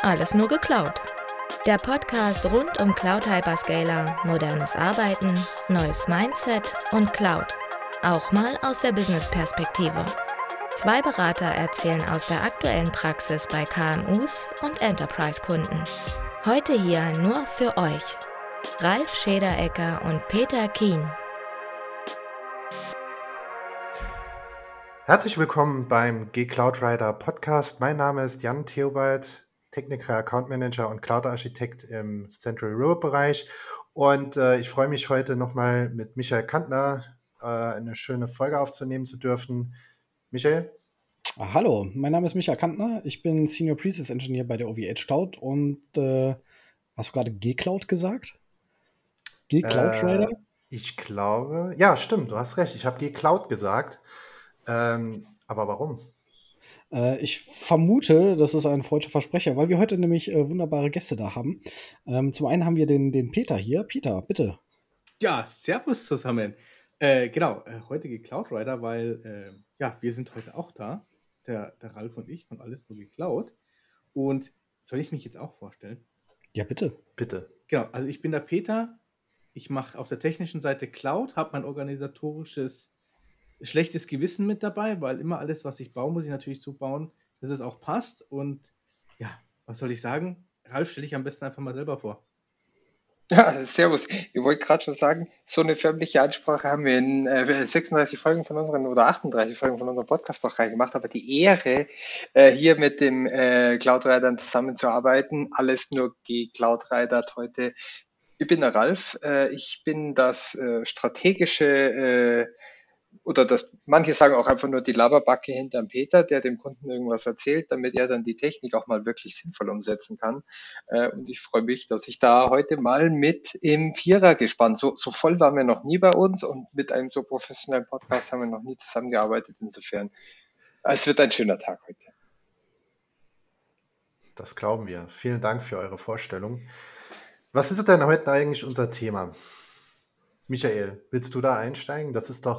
Alles nur geklaut. Der Podcast rund um Cloud-Hyperscaler, modernes Arbeiten, neues Mindset und Cloud. Auch mal aus der Business-Perspektive. 2 Berater erzählen aus der aktuellen Praxis bei KMUs und Enterprise-Kunden. Heute hier nur für euch. Ralf Schederecker und Peter Kien. Herzlich willkommen beim G-Cloud-Rider Podcast. Mein Name ist Jan Theobald, Technical Account Manager und Cloud-Architekt im Central Europe-Bereich. Und ich freue mich heute nochmal mit Michael Kantner eine schöne Folge aufzunehmen zu dürfen. Michael? Hallo, mein Name ist Michael Kantner. Ich bin Senior Pre-Sales Engineer bei der OVH Cloud und hast du gerade G-Cloud gesagt? G-Cloud-Rider? Ich glaube, ja, stimmt, du hast recht. Ich habe G-Cloud gesagt. Aber warum? Ich vermute, das ist ein freudscher Versprecher, weil wir heute nämlich wunderbare Gäste da haben. Zum einen haben wir den Peter hier. Peter, bitte. Ja, servus zusammen. Heutige Cloud-Rider, weil wir sind heute auch da, der Ralf und ich von Alles nur geklaut. Und soll ich mich jetzt auch vorstellen? Ja, bitte. Bitte. Genau, also ich bin der Peter, ich mache auf der technischen Seite Cloud, habe mein organisatorisches schlechtes Gewissen mit dabei, weil immer alles, was ich baue, muss ich natürlich so bauen, dass es auch passt. Und ja, was soll ich sagen? Ralf, stell dich am besten einfach mal selber vor. Ja, servus. Ich wollte gerade schon sagen, so eine förmliche Ansprache haben wir in 36 Folgen von unseren oder 38 Folgen von unserem Podcast noch reingemacht, aber die Ehre, hier mit dem Cloud-Ridern zusammenzuarbeiten, alles nur Cloud-Ridert heute. Ich bin der Ralf, ich bin das strategische oder das, manche sagen auch einfach nur die Laberbacke hinterm Peter, der dem Kunden irgendwas erzählt, damit er dann die Technik auch mal wirklich sinnvoll umsetzen kann. Und ich freue mich, dass ich da heute mal mit im Vierer gespannt. So voll waren wir noch nie bei uns und mit einem so professionellen Podcast haben wir noch nie zusammengearbeitet. Insofern, es wird ein schöner Tag heute. Das glauben wir. Vielen Dank für eure Vorstellung. Was ist denn heute eigentlich unser Thema? Michael, willst du da einsteigen?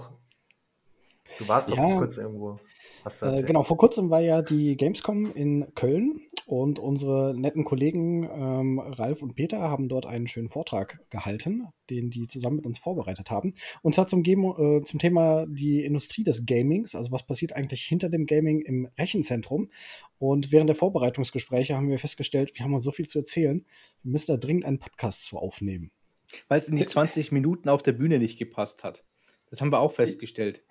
Du warst doch vor kurzem irgendwo. Genau, vor kurzem war ja die Gamescom in Köln und unsere netten Kollegen Ralf und Peter haben dort einen schönen Vortrag gehalten, den die zusammen mit uns vorbereitet haben. Und zwar zum Thema die Industrie des Gamings, also was passiert eigentlich hinter dem Gaming im Rechenzentrum. Und während der Vorbereitungsgespräche haben wir festgestellt, wir haben uns so viel zu erzählen, wir müssen da dringend einen Podcast zu aufnehmen. Weil es in die 20 Minuten auf der Bühne nicht gepasst hat. Das haben wir auch festgestellt.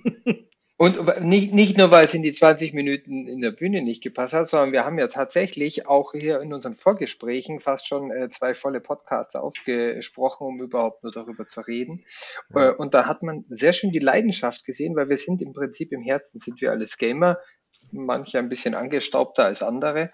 Und nicht nur, weil es in die 20 Minuten in der Bühne nicht gepasst hat, sondern wir haben ja tatsächlich auch hier in unseren Vorgesprächen fast schon 2 volle Podcasts aufgesprochen, um überhaupt nur darüber zu reden. Ja. Und da hat man sehr schön die Leidenschaft gesehen, weil wir sind im Prinzip im Herzen sind wir alles Gamer, manche ein bisschen angestaubter als andere,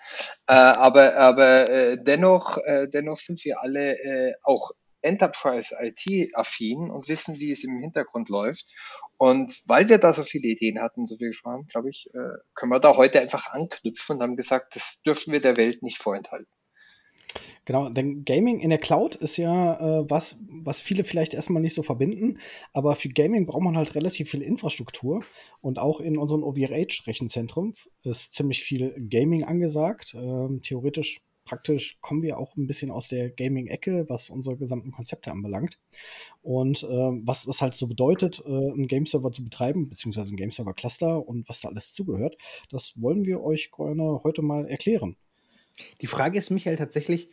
aber dennoch sind wir alle auch Enterprise IT-affin und wissen, wie es im Hintergrund läuft. Und weil wir da so viele Ideen hatten, so viel gesprochen haben, glaube ich, können wir da heute einfach anknüpfen und haben gesagt, das dürfen wir der Welt nicht vorenthalten. Genau, denn Gaming in der Cloud ist ja was viele vielleicht erstmal nicht so verbinden, aber für Gaming braucht man halt relativ viel Infrastruktur und auch in unserem OVH-Rechenzentrum ist ziemlich viel Gaming angesagt. Theoretisch, praktisch kommen wir auch ein bisschen aus der Gaming-Ecke, was unsere gesamten Konzepte anbelangt. Und was das halt so bedeutet, einen Game-Server zu betreiben, beziehungsweise ein Game-Server-Cluster und was da alles zugehört, das wollen wir euch gerne heute mal erklären. Die Frage ist, Michael, tatsächlich,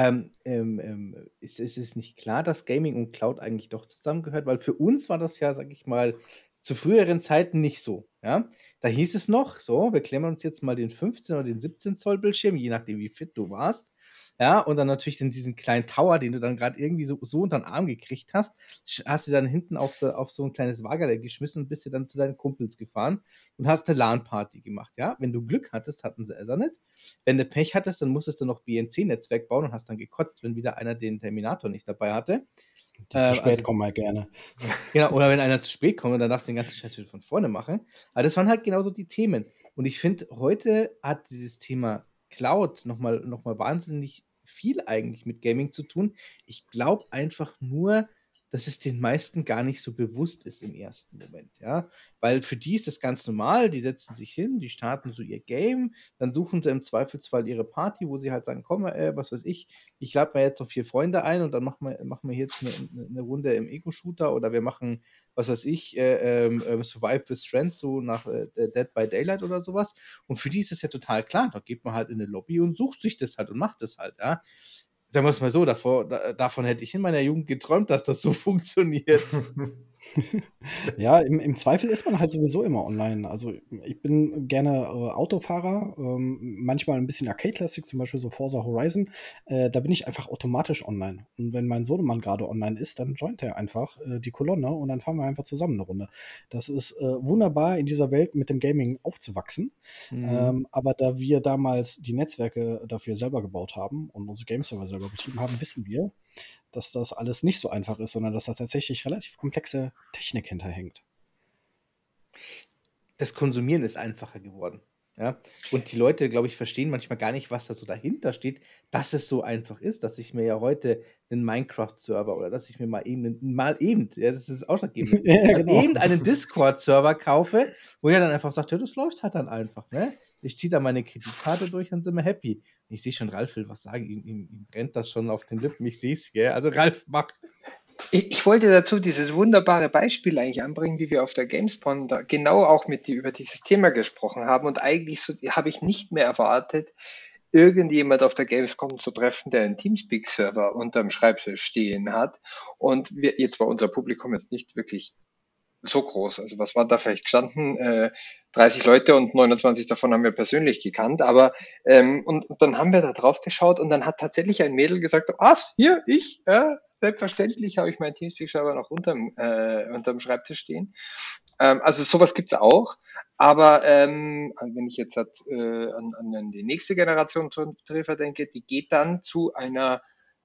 ist es nicht klar, dass Gaming und Cloud eigentlich doch zusammengehört? Weil für uns war das ja, sag ich mal, zu früheren Zeiten nicht so. Ja? Da hieß es noch, so, wir klemmen uns jetzt mal den 15 oder den 17 Zoll Bildschirm, je nachdem, wie fit du warst. Ja, und dann natürlich diesen kleinen Tower, den du dann gerade irgendwie so unter den Arm gekriegt hast, hast du dann hinten auf so ein kleines Wagerle geschmissen und bist dir dann zu deinen Kumpels gefahren und hast eine LAN-Party gemacht. Ja, wenn du Glück hattest, hatten sie Ethernet. Wenn du Pech hattest, dann musstest du noch BNC-Netzwerk bauen und hast dann gekotzt, wenn wieder einer den Terminator nicht dabei hatte. Die zu spät kommen halt gerne. Genau, oder wenn einer zu spät kommt und dann darfst du den ganzen Scheiß wieder von vorne machen. Aber das waren halt genauso die Themen. Und ich finde, heute hat dieses Thema Cloud nochmal wahnsinnig viel eigentlich mit Gaming zu tun. Ich glaube einfach nur, dass es den meisten gar nicht so bewusst ist im ersten Moment, ja. Weil für die ist das ganz normal, die setzen sich hin, die starten so ihr Game, dann suchen sie im Zweifelsfall ihre Party, wo sie halt sagen, komm, was weiß ich lade mir jetzt noch 4 Freunde ein und dann machen wir jetzt eine Runde im Ego-Shooter oder wir machen, was weiß ich, Survive with Friends, so nach Dead by Daylight oder sowas. Und für die ist das ja total klar. Da geht man halt in eine Lobby und sucht sich das halt und macht das halt, ja. Sagen wir es mal so, davon hätte ich in meiner Jugend geträumt, dass das so funktioniert. Ja, im Zweifel ist man halt sowieso immer online. Also ich bin gerne Autofahrer, manchmal ein bisschen Arcade-lastig, zum Beispiel so Forza Horizon. Da bin ich einfach automatisch online. Und wenn mein Sohnemann gerade online ist, dann joint er einfach die Kolonne und dann fahren wir einfach zusammen eine Runde. Das ist wunderbar, in dieser Welt mit dem Gaming aufzuwachsen. Aber da wir damals die Netzwerke dafür selber gebaut haben und unsere Game-Server selber betrieben haben, wissen wir, dass das alles nicht so einfach ist, sondern dass da tatsächlich relativ komplexe Technik hinterhängt. Das Konsumieren ist einfacher geworden. Ja? Und die Leute, glaube ich, verstehen manchmal gar nicht, was da so dahinter steht, dass es so einfach ist, dass ich mir ja heute einen Minecraft-Server oder dass ich mir mal eben, ja, das ist ausschlaggebend, Ja, genau. eben einen Discord-Server kaufe, wo ja dann einfach sagt, ja, das läuft halt dann einfach. Ne? Ich ziehe da meine Kreditkarte durch und sind wir happy. Ich sehe schon, Ralf will was sagen, ihm brennt das schon auf den Lippen, ich sehe es, gell? Also Ralf, mach. Ich wollte dazu dieses wunderbare Beispiel eigentlich anbringen, wie wir auf der Gamescom da genau auch mit dir über dieses Thema gesprochen haben. Und eigentlich so, habe ich nicht mehr erwartet, irgendjemand auf der Gamescom zu treffen, der einen Teamspeak-Server unterm Schreibtisch stehen hat. Und jetzt war unser Publikum jetzt nicht wirklich so groß. Also was war da vielleicht gestanden? 30 Leute und 29 davon haben wir persönlich gekannt. Aber und dann haben wir da drauf geschaut und dann hat tatsächlich ein Mädel gesagt, was, hier, ich? Selbstverständlich habe ich meinen Teamspeak-Server noch unterm Schreibtisch stehen. Also sowas gibt's auch. Aber wenn ich jetzt an die nächste Generation Treffer denke, die geht dann zu einer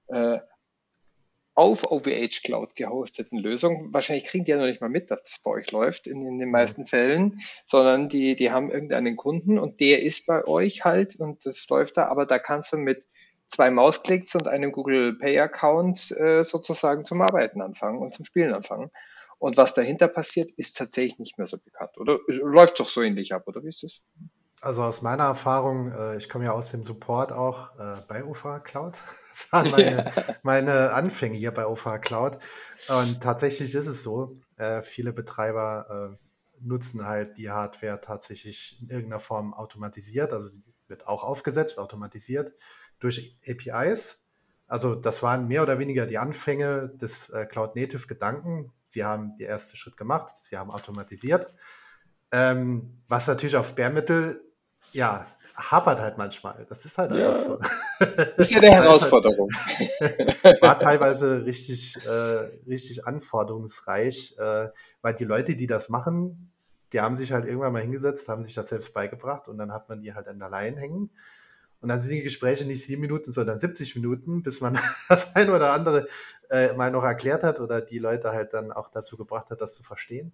auf OVH Cloud gehosteten Lösung. Wahrscheinlich kriegen die ja noch nicht mal mit, dass das bei euch läuft in den meisten Fällen, sondern die haben irgendeinen Kunden und der ist bei euch halt und das läuft da, aber da kannst du mit 2 Mausklicks und einem Google Pay Account sozusagen zum Arbeiten anfangen und zum Spielen anfangen. Und was dahinter passiert, ist tatsächlich nicht mehr so bekannt. Oder läuft doch so ähnlich ab, oder wie ist das? Also aus meiner Erfahrung, ich komme ja aus dem Support auch bei OVH Cloud. Das waren meine Anfänge hier bei OVH Cloud. Und tatsächlich ist es so, viele Betreiber nutzen halt die Hardware tatsächlich in irgendeiner Form automatisiert. Also die wird auch aufgesetzt, automatisiert durch APIs. Also das waren mehr oder weniger die Anfänge des Cloud-Native-Gedanken. Sie haben den ersten Schritt gemacht, sie haben automatisiert. Was natürlich auf Bare Metal, ja, hapert halt manchmal. Das ist halt einfach so. Das ist ja eine Herausforderung. War teilweise richtig anforderungsreich, weil die Leute, die das machen, die haben sich halt irgendwann mal hingesetzt, haben sich das selbst beigebracht und dann hat man die halt an der Leine hängen. Und dann sind die Gespräche nicht 7 Minuten, sondern 70 Minuten, bis man das eine oder andere mal noch erklärt hat oder die Leute halt dann auch dazu gebracht hat, das zu verstehen.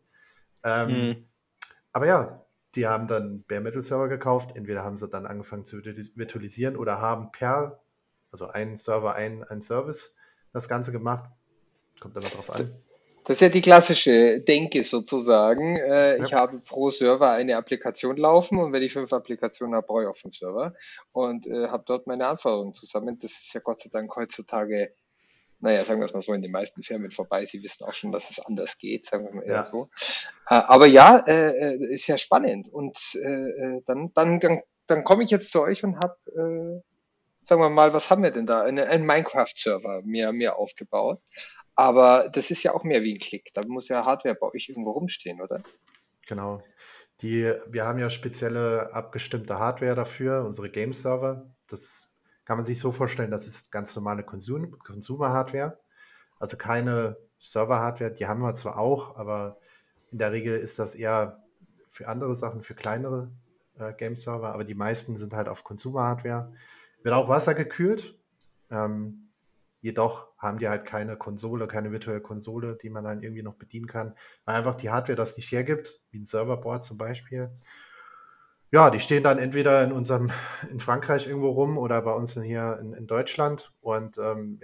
Aber ja, die haben dann Bare Metal Server gekauft. Entweder haben sie dann angefangen zu virtualisieren oder haben also einen Server, einen Service das Ganze gemacht. Kommt aber drauf an. Das ist ja die klassische Denke sozusagen. Ich habe pro Server eine Applikation laufen und wenn ich 5 Applikationen habe, brauche ich auch 5 Server und habe dort meine Anforderungen zusammen. Das ist ja Gott sei Dank heutzutage, naja, sagen wir es mal so, in den meisten Firmen vorbei. Sie wissen auch schon, dass es anders geht, sagen wir mal eher so. Aber ja, ist ja spannend. Und dann komme ich jetzt zu euch und habe, sagen wir mal, was haben wir denn da? Einen Minecraft-Server mir aufgebaut. Aber das ist ja auch mehr wie ein Klick. Da muss ja Hardware bei euch irgendwo rumstehen, oder? Genau. Wir haben ja spezielle abgestimmte Hardware dafür, unsere Game-Server. Das kann man sich so vorstellen, das ist ganz normale Consumer-Hardware. Also keine Server-Hardware, die haben wir zwar auch, aber in der Regel ist das eher für andere Sachen, für kleinere Game-Server, aber die meisten sind halt auf Consumer-Hardware. Wird auch wassergekühlt. Jedoch haben die halt keine Konsole, keine virtuelle Konsole, die man dann irgendwie noch bedienen kann, weil einfach die Hardware das nicht hergibt, wie ein Serverboard zum Beispiel. Ja, die stehen dann entweder in Frankreich irgendwo rum oder bei uns hier in Deutschland. Und ja,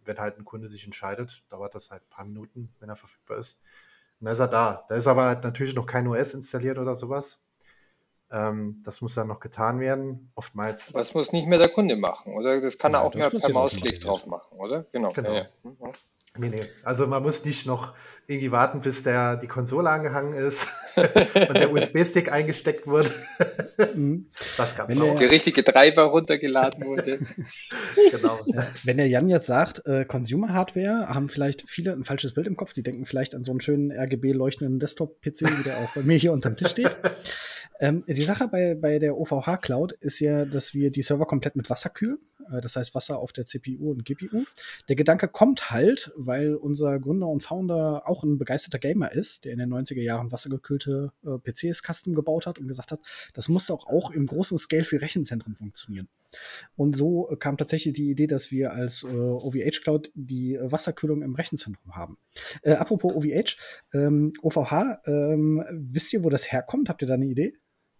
wenn halt ein Kunde sich entscheidet, dauert das halt ein paar Minuten, wenn er verfügbar ist. Und dann ist er da. Da ist aber halt natürlich noch kein OS installiert oder sowas. Das muss dann noch getan werden. Oftmals. Was muss nicht mehr der Kunde machen, oder? Das kann er Ja, auch das mehr per passiert Mausklick automatisiert. drauf machen, oder? Genau. Genau. Ja. Nee. Also man muss nicht noch irgendwie warten, bis die Konsole angehangen ist und der USB-Stick eingesteckt wurde. Mhm. Das gab's Wenn auch. Der richtige Treiber runtergeladen wurde. Genau. Wenn der Jan jetzt sagt, Consumer-Hardware, haben vielleicht viele ein falsches Bild im Kopf. Die denken vielleicht an so einen schönen RGB-leuchtenden Desktop-PC, wie der auch bei mir hier unterm Tisch steht. Die Sache bei der OVH Cloud ist ja, dass wir die Server komplett mit Wasser kühlen. Das heißt Wasser auf der CPU und GPU. Der Gedanke kommt halt, weil unser Gründer und Founder auch ein begeisterter Gamer ist, der in den 90er Jahren wassergekühlte PCs custom gebaut hat und gesagt hat, das muss doch auch im großen Scale für Rechenzentren funktionieren. Und so kam tatsächlich die Idee, dass wir als OVH Cloud die Wasserkühlung im Rechenzentrum haben. Apropos OVH, OVH, wisst ihr, wo das herkommt? Habt ihr da eine Idee?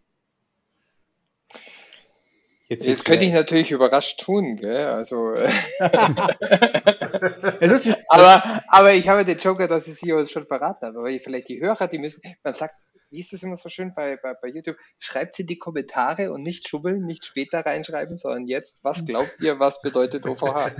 Jetzt könnte ich natürlich überrascht tun, gell? Also, aber ich habe den Joker, dass ich sie uns schon verraten habe. Aber vielleicht die Hörer, die müssen, man sagt, wie ist das immer so schön bei YouTube? Schreibt sie in die Kommentare und nicht schubbeln, nicht später reinschreiben, sondern jetzt, was glaubt ihr, was bedeutet OVH?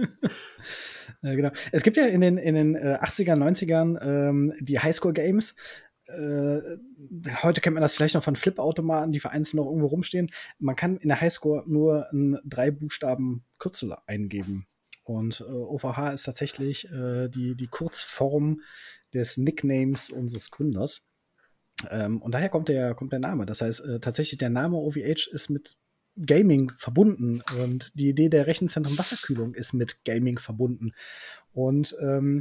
Ja, genau. Es gibt ja in den 80ern, 90ern die Highscore-Games. Heute kennt man das vielleicht noch von Flip-Automaten, die vereinzelt noch irgendwo rumstehen. Man kann in der Highscore nur ein 3-Buchstaben-Kürzel eingeben. Und OVH ist tatsächlich die Kurzform des Nicknames unseres Gründers. Und daher kommt der Name. Das heißt, tatsächlich der Name OVH ist mit Gaming verbunden und die Idee der Rechenzentren Wasserkühlung ist mit Gaming verbunden. Und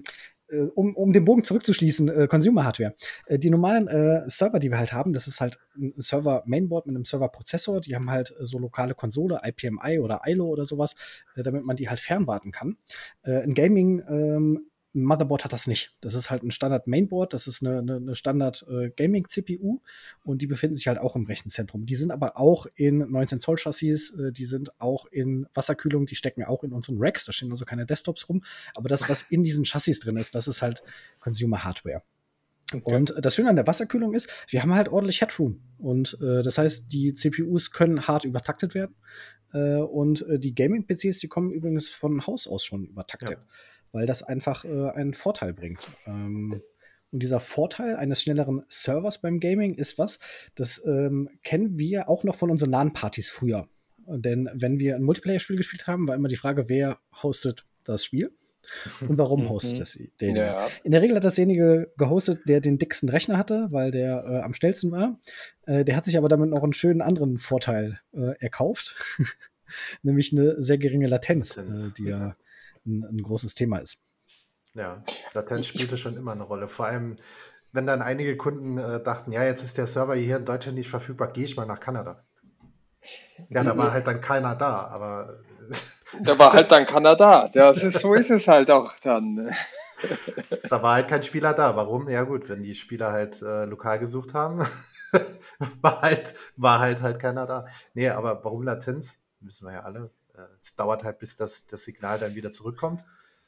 um den Bogen zurückzuschließen, Consumer Hardware. Die normalen Server, die wir halt haben, das ist halt ein Server-Mainboard mit einem Server-Prozessor. Die haben halt so lokale Konsole, IPMI oder ILO oder sowas, damit man die halt fernwarten kann. Ein Gaming Motherboard hat das nicht. Das ist halt ein Standard-Mainboard, das ist eine Standard-Gaming-CPU und die befinden sich halt auch im Rechenzentrum. Die sind aber auch in 19 Zoll Chassis, die sind auch in Wasserkühlung, die stecken auch in unseren Racks, da stehen also keine Desktops rum, aber das, was in diesen Chassis drin ist, das ist halt Consumer Hardware. Okay. Und das Schöne an der Wasserkühlung ist, wir haben halt ordentlich Headroom und das heißt, die CPUs können hart übertaktet werden und die Gaming-PCs, die kommen übrigens von Haus aus schon übertaktet. Ja. Weil das einfach einen Vorteil bringt. Und dieser Vorteil eines schnelleren Servers beim Gaming ist was, das kennen wir auch noch von unseren LAN-Partys früher. Denn wenn wir ein Multiplayer-Spiel gespielt haben, war immer die Frage, wer hostet das Spiel und warum hostet das derjenige. Ja. In der Regel hat dasjenige gehostet, der den dicksten Rechner hatte, weil der am schnellsten war. Der hat sich aber damit noch einen schönen anderen Vorteil erkauft, nämlich eine sehr geringe Latenz, die ja ein großes Thema ist. Ja, Latenz spielte schon immer eine Rolle. Vor allem, wenn dann einige Kunden dachten, ja, jetzt ist der Server hier in Deutschland nicht verfügbar, gehe ich mal nach Kanada. Ja, da war halt dann keiner da, aber... Da war halt dann keiner da. So ist es halt auch dann. Da war halt kein Spieler da. Warum? Ja gut, wenn die Spieler halt lokal gesucht haben, war halt keiner da. Nee, aber warum Latenz? Wissen wir ja alle. Es dauert halt, bis das Signal dann wieder zurückkommt.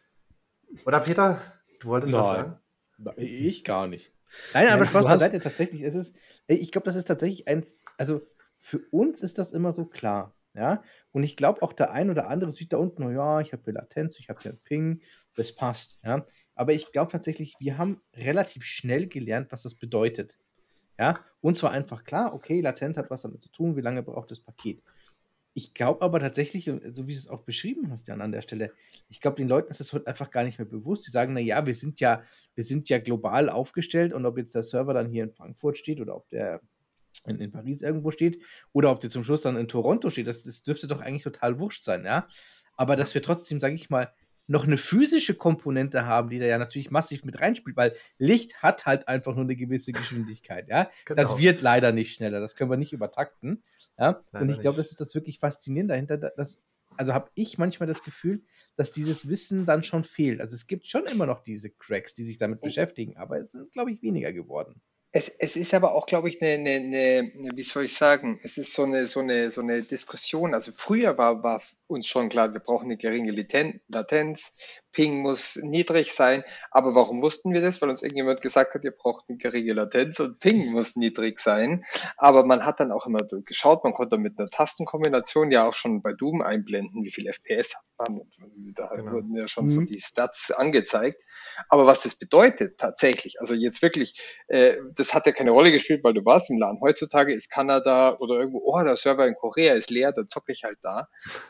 Oder Peter, du wolltest was sagen? Ich gar nicht. Nein, aber Spaß beiseite, tatsächlich. Ich glaube, das ist tatsächlich also für uns ist das immer so klar. Ja, und ich glaube auch der ein oder andere sieht da unten, ja, ich habe hier Latenz, ich habe hier Ping, das passt. Ja, aber ich glaube tatsächlich, wir haben relativ schnell gelernt, was das bedeutet. Ja, uns war einfach klar, okay, Latenz hat was damit zu tun, wie lange braucht das Paket. Ich glaube aber tatsächlich, so wie du es auch beschrieben hast, Jan, an der Stelle, ich glaube, den Leuten ist das heute einfach gar nicht mehr bewusst. Die sagen, naja, wir sind ja global aufgestellt und ob jetzt der Server dann hier in Frankfurt steht oder ob der in Paris irgendwo steht oder ob der zum Schluss dann in Toronto steht, das dürfte doch eigentlich total wurscht sein, ja. Aber dass wir trotzdem, sage ich mal, noch eine physische Komponente haben, die da ja natürlich massiv mit reinspielt, weil Licht hat halt einfach nur eine gewisse Geschwindigkeit, ja. Genau. Das wird leider nicht schneller, das können wir nicht übertakten, ja. Leider und ich glaube, das ist das wirklich Faszinierende dahinter, also habe ich manchmal das Gefühl, dass dieses Wissen dann schon fehlt. Also es gibt schon immer noch diese Cracks, die sich damit beschäftigen, aber es sind, glaube ich, weniger geworden. Es ist aber auch, glaube ich, wie soll ich sagen, es ist so eine Diskussion. Also früher war uns schon klar, wir brauchen eine geringe Latenz, Ping muss niedrig sein. Aber warum wussten wir das? Weil uns irgendjemand gesagt hat, ihr braucht eine geringe Latenz und Ping muss niedrig sein. Aber man hat dann auch immer geschaut, man konnte mit einer Tastenkombination ja auch schon bei Doom einblenden, wie viel FPS hat man. Und da Genau. wurden ja schon so die Stats angezeigt. Aber was das bedeutet tatsächlich, also jetzt wirklich, das hat ja keine Rolle gespielt, weil du warst im LAN. Heutzutage ist Kanada oder irgendwo, oh, der Server in Korea ist leer, dann zocke ich halt da.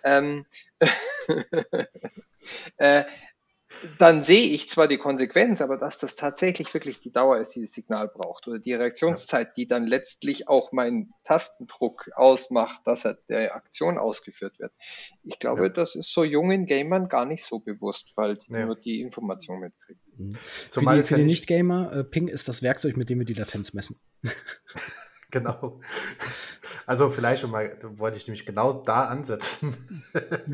äh, Dann sehe ich zwar die Konsequenz, aber dass das tatsächlich wirklich die Dauer ist, die das Signal braucht oder die Reaktionszeit, die dann letztlich auch meinen Tastendruck ausmacht, dass der Aktion ausgeführt wird. Ich glaube, das ist so jungen Gamern gar nicht so bewusst, weil die nur die Information mitkriegen. Für die Nicht-Gamer, Ping ist das Werkzeug, mit dem wir die Latenz messen. Genau. Also vielleicht schon mal, wollte ich nämlich genau da ansetzen.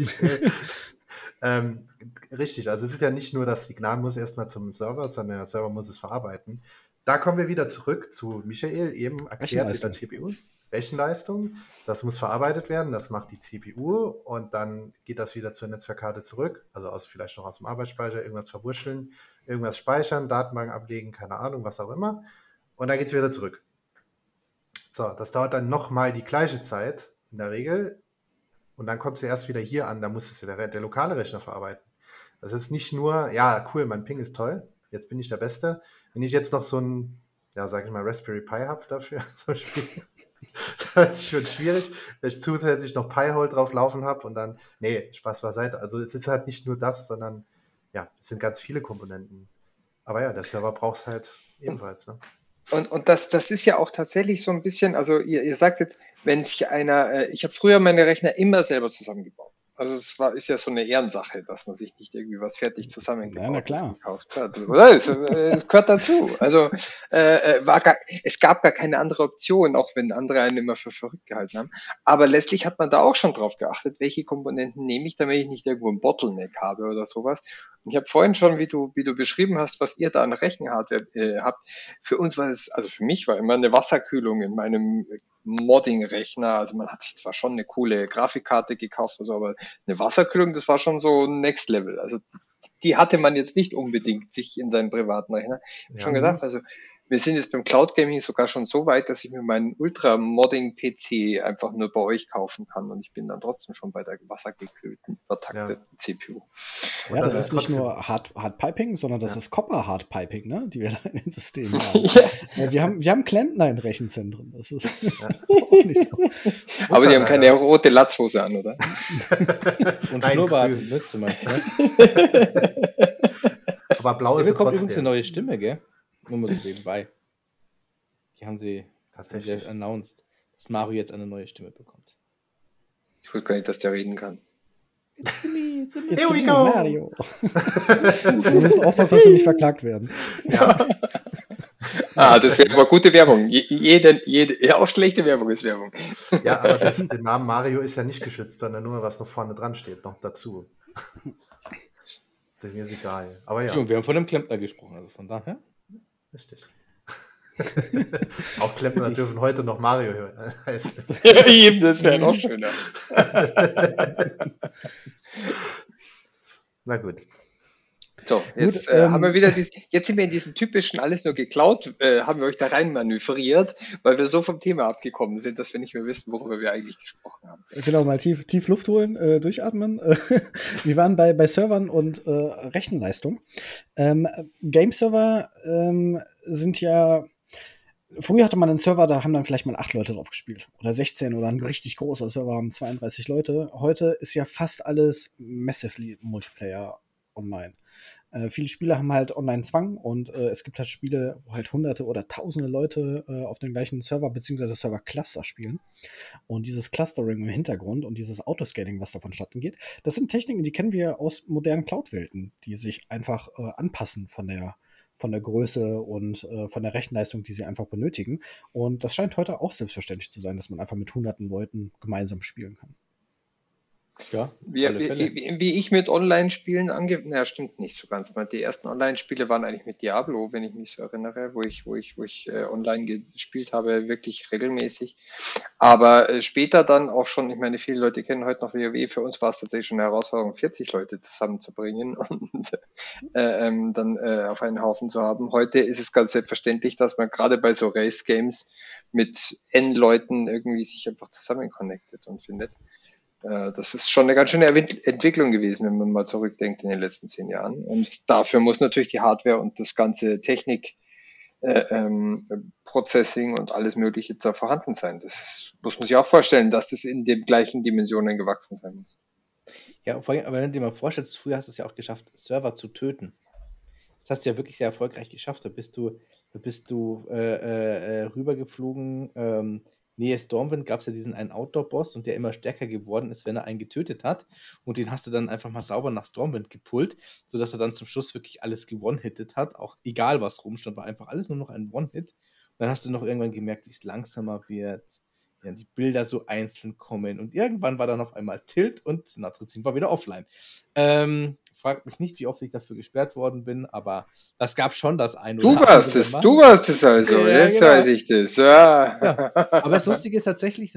Richtig, also es ist ja nicht nur, das Signal muss erstmal zum Server, sondern der Server muss es verarbeiten. Da kommen wir wieder zurück zu Michael, eben erklärt mit der CPU. Rechenleistung, das muss verarbeitet werden, das macht die CPU und dann geht das wieder zur Netzwerkkarte zurück, also vielleicht noch aus dem Arbeitsspeicher, irgendwas verwurschteln, irgendwas speichern, Datenbank ablegen, keine Ahnung, was auch immer. Und dann geht es wieder zurück. So, das dauert dann nochmal die gleiche Zeit in der Regel. Und dann kommt es ja erst wieder hier an, da muss es ja der lokale Rechner verarbeiten. Das ist nicht nur, ja, cool, mein Ping ist toll, jetzt bin ich der Beste. Wenn ich jetzt noch so ein, ja, sag ich mal, Raspberry Pi habe dafür, so ein Spiel, das ist schon schwierig, wenn ich zusätzlich noch Pi-Hole drauf laufen habe und dann, nee, Spaß beiseite. Also es ist halt nicht nur das, sondern, ja, es sind ganz viele Komponenten. Aber ja, der Server braucht es halt ebenfalls, ne? Und das ist ja auch tatsächlich so ein bisschen, also ihr sagt jetzt, wenn sich ich habe früher meine Rechner immer selber zusammengebaut. Also ist ja so eine Ehrensache, dass man sich nicht irgendwie was fertig zusammengebaut gekauft hat. Oder? Es gehört dazu. Also es gab gar keine andere Option, auch wenn andere einen immer für verrückt gehalten haben. Aber letztlich hat man da auch schon drauf geachtet, welche Komponenten nehme ich, damit ich nicht irgendwo ein Bottleneck habe oder sowas. Und ich habe vorhin schon, wie du beschrieben hast, was ihr da an Rechenhardware habt. Für uns war es, also für mich war immer eine Wasserkühlung in meinem Modding-Rechner. Also man hat sich zwar schon eine coole Grafikkarte gekauft, also, aber eine Wasserkühlung, das war schon so Next Level. Also die hatte man jetzt nicht unbedingt sich in seinen privaten Rechner. Ich habe schon gedacht, also wir sind jetzt beim Cloud Gaming sogar schon so weit, dass ich mir meinen Ultra-Modding-PC einfach nur bei euch kaufen kann und ich bin dann trotzdem schon bei der wassergekühlten, vertakteten CPU. Ja, das ist nicht nur Hardpiping, sondern das ist Copper-Hardpiping, ne, die wir da in den Systemen haben. Wir haben Klempner in Rechenzentren. Das ist auch nicht so. Aber die haben keine rote Latzhose an, oder? Und Schnurrbart, ne, zum Beispiel. Ne? Aber blau ist ja, bekommt übrigens eine neue Stimme, gell? Nur mal so nebenbei. Die haben sie announced, dass Mario jetzt eine neue Stimme bekommt. Ich wusste gar nicht, dass der reden kann. It's me, Mario. Wir müssen aufpassen, dass wir nicht verklagt werden. Ja. Das wäre aber gute Werbung. Auch schlechte Werbung ist Werbung. Ja, aber der Name Mario ist ja nicht geschützt, sondern nur, was noch vorne dran steht, noch dazu. Das ist mir egal. Aber ja. Wir haben von einem Klempner gesprochen, also von daher. Richtig. Auch Klempner dürfen heute noch Mario hören. Eben, das wäre noch schöner. Na gut. So, jetzt haben wir wieder jetzt sind wir in diesem typischen alles nur geklaut, haben wir euch da rein manövriert, weil wir so vom Thema abgekommen sind, dass wir nicht mehr wissen, worüber wir eigentlich gesprochen haben. Genau, mal tief Luft holen, durchatmen. Wir waren bei Servern und Rechenleistung. Game-Server sind ja. Früher hatte man einen Server, da haben dann vielleicht mal 8 Leute drauf gespielt. Oder 16 oder ein richtig großer Server haben 32 Leute. Heute ist ja fast alles massively Multiplayer online. Viele Spiele haben halt Online-Zwang und es gibt halt Spiele, wo halt Hunderte oder Tausende Leute auf dem gleichen Server bzw. Server-Cluster spielen. Und dieses Clustering im Hintergrund und dieses Autoscaling, was davon statten geht, das sind Techniken, die kennen wir aus modernen Cloud-Welten, die sich einfach anpassen von der Größe und von der Rechenleistung, die sie einfach benötigen. Und das scheint heute auch selbstverständlich zu sein, dass man einfach mit hunderten Leuten gemeinsam spielen kann. Ja, auf Wie, alle Fälle. wie ich mit Online-Spielen naja, stimmt nicht so ganz. Die ersten Online-Spiele waren eigentlich mit Diablo, wenn ich mich so erinnere, wo ich online gespielt habe, wirklich regelmäßig. Aber später dann auch schon, ich meine, viele Leute kennen heute noch WoW. Für uns war es tatsächlich schon eine Herausforderung, 40 Leute zusammenzubringen und dann auf einen Haufen zu haben. Heute ist es ganz selbstverständlich, dass man gerade bei so Race-Games mit N Leuten irgendwie sich einfach zusammen connectet und findet. Das ist schon eine ganz schöne Entwicklung gewesen, wenn man mal zurückdenkt in den letzten 10 Jahren. Und dafür muss natürlich die Hardware und das ganze Technik, Processing und alles Mögliche da vorhanden sein. Das muss man sich auch vorstellen, dass das in den gleichen Dimensionen gewachsen sein muss. Ja, vor allem, aber wenn du dir mal vorstellst, früher hast du es ja auch geschafft, Server zu töten. Das hast du ja wirklich sehr erfolgreich geschafft. Da bist du rübergeflogen. Nähe Stormwind gab es ja diesen einen Outdoor-Boss und der immer stärker geworden ist, wenn er einen getötet hat. Und den hast du dann einfach mal sauber nach Stormwind gepullt, sodass er dann zum Schluss wirklich alles gewone-hittet hat. Auch egal, was rumstand, war einfach alles nur noch ein One-Hit. Und dann hast du noch irgendwann gemerkt, wie es langsamer wird, ja, die Bilder so einzeln kommen. Und irgendwann war dann auf einmal Tilt und Natrizin war wieder offline. Fragt mich nicht, wie oft ich dafür gesperrt worden bin, aber das gab schon das ein oder Du warst andere es, Mal. du warst es also, Ja, jetzt genau. weiß ich das. Ja. Ja, aber das Lustige ist tatsächlich,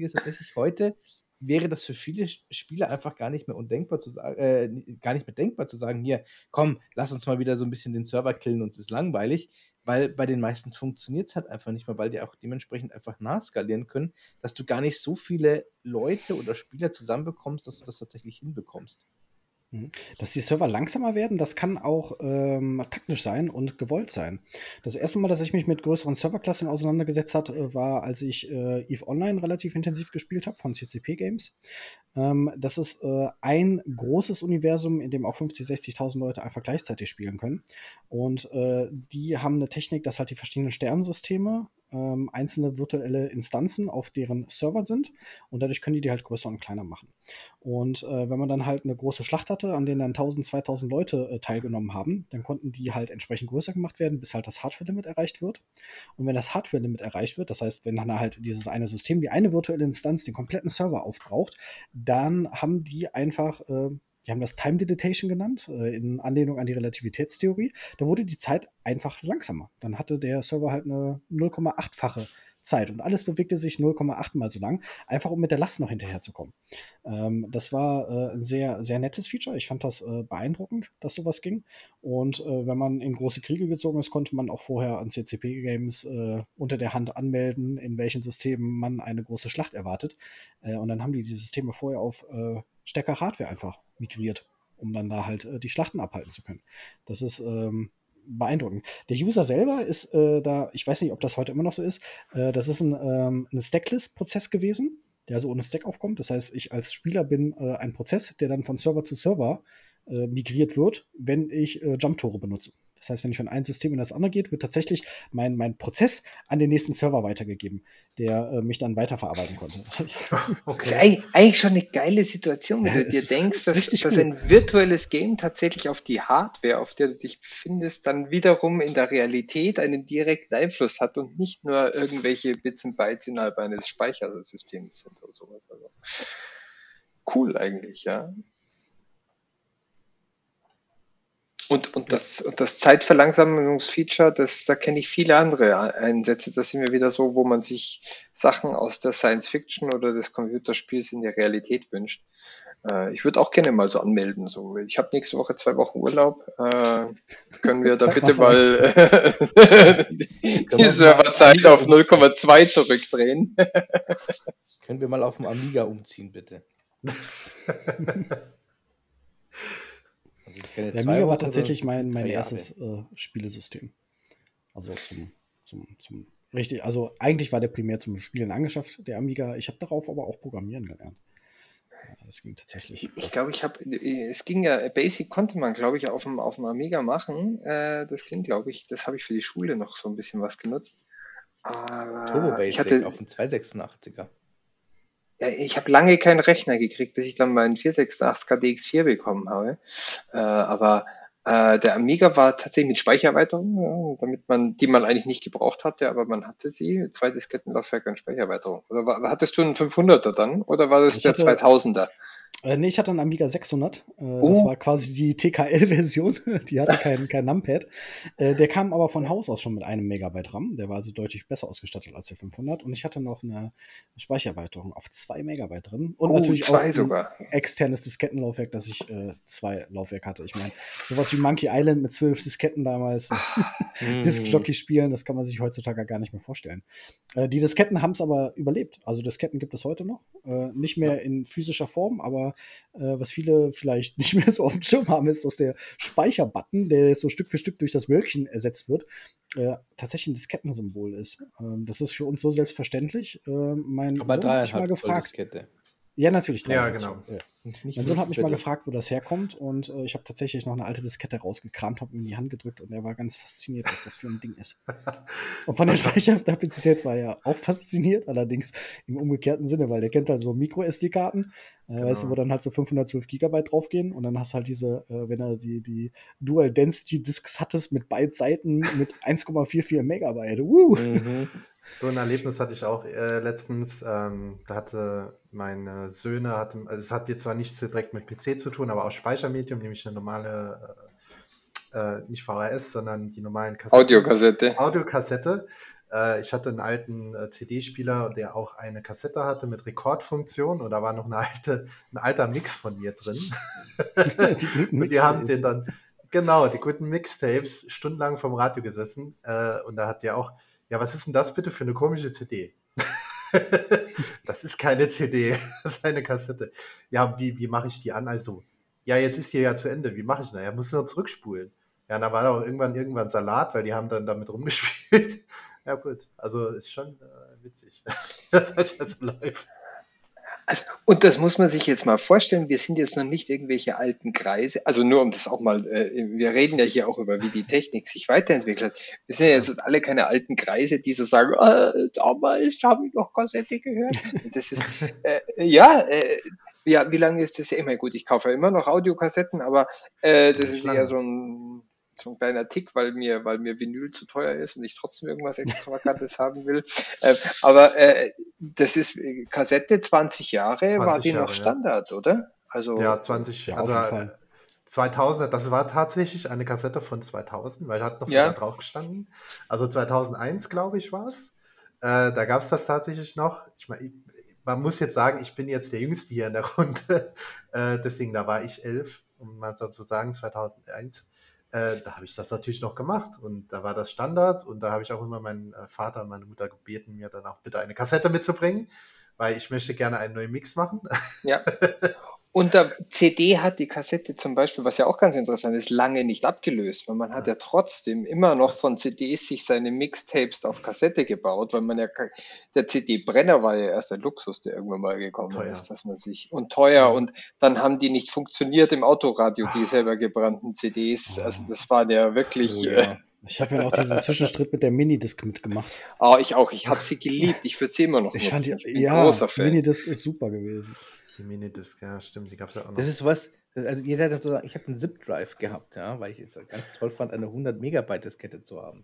heute wäre das für viele Spieler einfach gar nicht mehr undenkbar zu sagen, gar nicht mehr denkbar zu sagen, hier, komm, lass uns mal wieder so ein bisschen den Server killen, uns ist langweilig, weil bei den meisten funktioniert es halt einfach nicht mehr, weil die auch dementsprechend einfach nachskalieren können, dass du gar nicht so viele Leute oder Spieler zusammenbekommst, dass du das tatsächlich hinbekommst. Dass die Server langsamer werden, das kann auch taktisch sein und gewollt sein. Das erste Mal, dass ich mich mit größeren Serverklassen auseinandergesetzt habe, war, als ich EVE Online relativ intensiv gespielt habe von CCP Games. Das ist ein großes Universum, in dem auch 50.000, 60.000 Leute einfach gleichzeitig spielen können. Und die haben eine Technik, dass halt die verschiedenen Sternensysteme einzelne virtuelle Instanzen auf deren Servern sind und dadurch können die halt größer und kleiner machen. Und wenn man dann halt eine große Schlacht hatte, an denen dann 1.000, 2.000 Leute teilgenommen haben, dann konnten die halt entsprechend größer gemacht werden, bis halt das Hardware-Limit erreicht wird. Und wenn das Hardware-Limit erreicht wird, das heißt, wenn dann halt dieses eine System, die eine virtuelle Instanz den kompletten Server aufbraucht, dann haben die einfach die haben das Time Dilatation genannt, in Anlehnung an die Relativitätstheorie. Da wurde die Zeit einfach langsamer. Dann hatte der Server halt eine 0,8-fache Zeit und alles bewegte sich 0,8 mal so lang, einfach um mit der Last noch hinterherzukommen. Das war ein sehr, sehr nettes Feature. Ich fand das beeindruckend, dass sowas ging. Und wenn man in große Kriege gezogen ist, konnte man auch vorher an CCP-Games unter der Hand anmelden, in welchen Systemen man eine große Schlacht erwartet. Und dann haben die Systeme vorher auf stärkere Hardware einfach migriert, um dann da halt die Schlachten abhalten zu können. Das ist beeindruckend. Der User selber ist da, ich weiß nicht, ob das heute immer noch so ist, das ist ein Stackless-Prozess gewesen, der also ohne Stack aufkommt. Das heißt, ich als Spieler bin ein Prozess, der dann von Server zu Server migriert wird, wenn ich Jump-Tore benutze. Das heißt, wenn ich von einem System in das andere geht, wird tatsächlich mein Prozess an den nächsten Server weitergegeben, der mich dann weiterverarbeiten konnte. Okay. Das ist eigentlich schon eine geile Situation, wenn du dir denkst, dass ein virtuelles Game tatsächlich auf die Hardware, auf der du dich befindest, dann wiederum in der Realität einen direkten Einfluss hat und nicht nur irgendwelche Bits und Bytes innerhalb eines Speichersystems sind oder sowas. Also cool eigentlich, ja. Und das Zeitverlangsamungsfeature, da kenne ich viele andere Einsätze. Das sind wir wieder so, wo man sich Sachen aus der Science Fiction oder des Computerspiels in der Realität wünscht. Ich würde auch gerne mal so anmelden. So, ich habe nächste Woche 2 Wochen Urlaub. Können wir da bitte mal die Serverzeit auf 0,2 zurückdrehen? Können wir mal auf dem Amiga umziehen, bitte? Der Amiga war tatsächlich mein erstes Spielesystem. Also zum richtig, also eigentlich war der primär zum Spielen angeschafft, der Amiga. Ich habe darauf aber auch Programmieren gelernt. Ja, das ging tatsächlich. Ich glaube, es ging ja, Basic konnte man, glaube ich, auf dem Amiga machen. Das ging, glaube ich, das habe ich für die Schule noch so ein bisschen was genutzt. Turbo Basic auf dem 286er. Ja, ich habe lange keinen Rechner gekriegt, bis ich dann meinen 486 KDX4 bekommen habe. Aber der Amiga war tatsächlich mit Speichererweiterung, die man eigentlich nicht gebraucht hatte, aber man hatte sie, 2 Diskettenlaufwerke und Speichererweiterung. Oder hattest du einen 500er dann? Oder war das der 2000er? Nee, ich hatte einen Amiga 600. Das war quasi die TKL-Version. Die hatte kein Numpad. Der kam aber von Haus aus schon mit 1 Megabyte RAM. Der war also deutlich besser ausgestattet als der 500. Und ich hatte noch eine Speichererweiterung auf 2 Megabyte drin. Und natürlich auch 2 ein sogar. externes Diskettenlaufwerk, dass ich 2 Laufwerke hatte. Ich meine, sowas wie Monkey Island mit 12 Disketten damals, Diskjockey spielen, das kann man sich heutzutage gar nicht mehr vorstellen. Die Disketten haben es aber überlebt. Also Disketten gibt es heute noch. Nicht mehr in physischer Form, aber was viele vielleicht nicht mehr so auf dem Schirm haben, ist, dass der Speicherbutton, der so Stück für Stück durch das Wölkchen ersetzt wird, tatsächlich ein Diskettensymbol ist. Das ist für uns so selbstverständlich. Mein Aber Sohn hat mich mal 3,5 Zoll gefragt. Diskette. Ja, natürlich. Ja, 3,5 genau. Zoll, ja. Nicht Mein Sohn hat mich mal 5 gefragt, wo das herkommt, und ich habe tatsächlich noch eine alte Diskette rausgekramt, habe ihm in die Hand gedrückt, und er war ganz fasziniert, was das für ein Ding ist. Und von der Speicherkapazität war er auch fasziniert, allerdings im umgekehrten Sinne, weil der kennt halt so Micro-SD-Karten, weißt du, wo dann halt so 512 Gigabyte draufgehen, und dann hast halt diese, wenn er die Dual-Density-Discs hattest mit beiden Seiten mit 1,44 Megabyte. So ein Erlebnis hatte ich auch letztens. Da hatte meine Söhne, also es hat jetzt zwar nichts direkt mit PC zu tun, aber auch Speichermedium, nämlich eine normale, nicht VHS, sondern die normalen Audiokassette. Audiokassette. Ich hatte einen alten CD-Spieler, der auch eine Kassette hatte mit Rekordfunktion, und da war noch ein alter Mix von mir drin. Die guten Und die haben Mixtapes. den dann, genau, die guten Mixtapes, stundenlang vom Radio gesessen. Und da hat der auch, ja, was ist denn das bitte für eine komische CD? Das ist keine CD, das ist eine Kassette. Ja, wie mache ich die an? Also, ja, jetzt ist die ja zu Ende. Wie mache ich das? Ja, muss nur zurückspulen. Ja, da war auch irgendwann Salat, weil die haben dann damit rumgespielt. Ja, gut, also ist schon witzig, dass das halt so läuft. Also, und das muss man sich jetzt mal vorstellen, wir sind jetzt noch nicht irgendwelche alten Kreise, also nur um das auch mal, wir reden ja hier auch über, wie die Technik sich weiterentwickelt hat. Wir sind ja jetzt alle keine alten Kreise, die so sagen, damals habe ich noch Kassette gehört. Und das ist, ja, wie lange ist das ja immer? Gut, ich kaufe ja immer noch Audiokassetten, aber das Nicht ist lange. eher so ein kleiner Tick, weil mir Vinyl zu teuer ist und ich trotzdem irgendwas Extravagantes haben will. Aber das ist Kassette 20 Jahre, war 20 die noch Jahre, ja. Standard, oder? Also, Ja, 20, Ja, also auf jeden Fall. 2000, das war tatsächlich eine Kassette von 2000, weil hat noch Ja. sogar drauf gestanden. Also 2001, glaube ich, war es. Da gab es das tatsächlich noch. Ich meine, man muss jetzt sagen, ich bin jetzt der Jüngste hier in der Runde. Deswegen, da war ich 11, um mal so zu sagen, 2001. Da habe ich das natürlich noch gemacht, und da war das Standard, und da habe ich auch immer meinen Vater und meine Mutter gebeten, mir dann auch bitte eine Kassette mitzubringen, weil ich möchte gerne einen neuen Mix machen. Ja. Und der CD hat die Kassette zum Beispiel, was ja auch ganz interessant ist, lange nicht abgelöst, weil man hat ja trotzdem immer noch von CDs sich seine Mixtapes auf Kassette gebaut, weil man ja, der CD-Brenner war ja erst ein Luxus, der irgendwann mal gekommen Teuer. ist, dass man sich, und teuer, und dann haben die nicht funktioniert im Autoradio, die selber gebrannten CDs, also das war ja wirklich, Oh ja. Ich habe ja noch diesen Zwischenschritt mit der Minidisc mitgemacht. ich auch, ich habe sie geliebt, ich würde sie immer noch Ich fand nutzen, die, ich bin großer Fan. Minidisc ist super gewesen. Die Minidisc, ja, stimmt, die gab es ja auch noch. Das ist was, also ihr seid so, ich habe einen Zip-Drive gehabt, ja, weil ich es ganz toll fand, eine 100 Megabyte Diskette zu haben.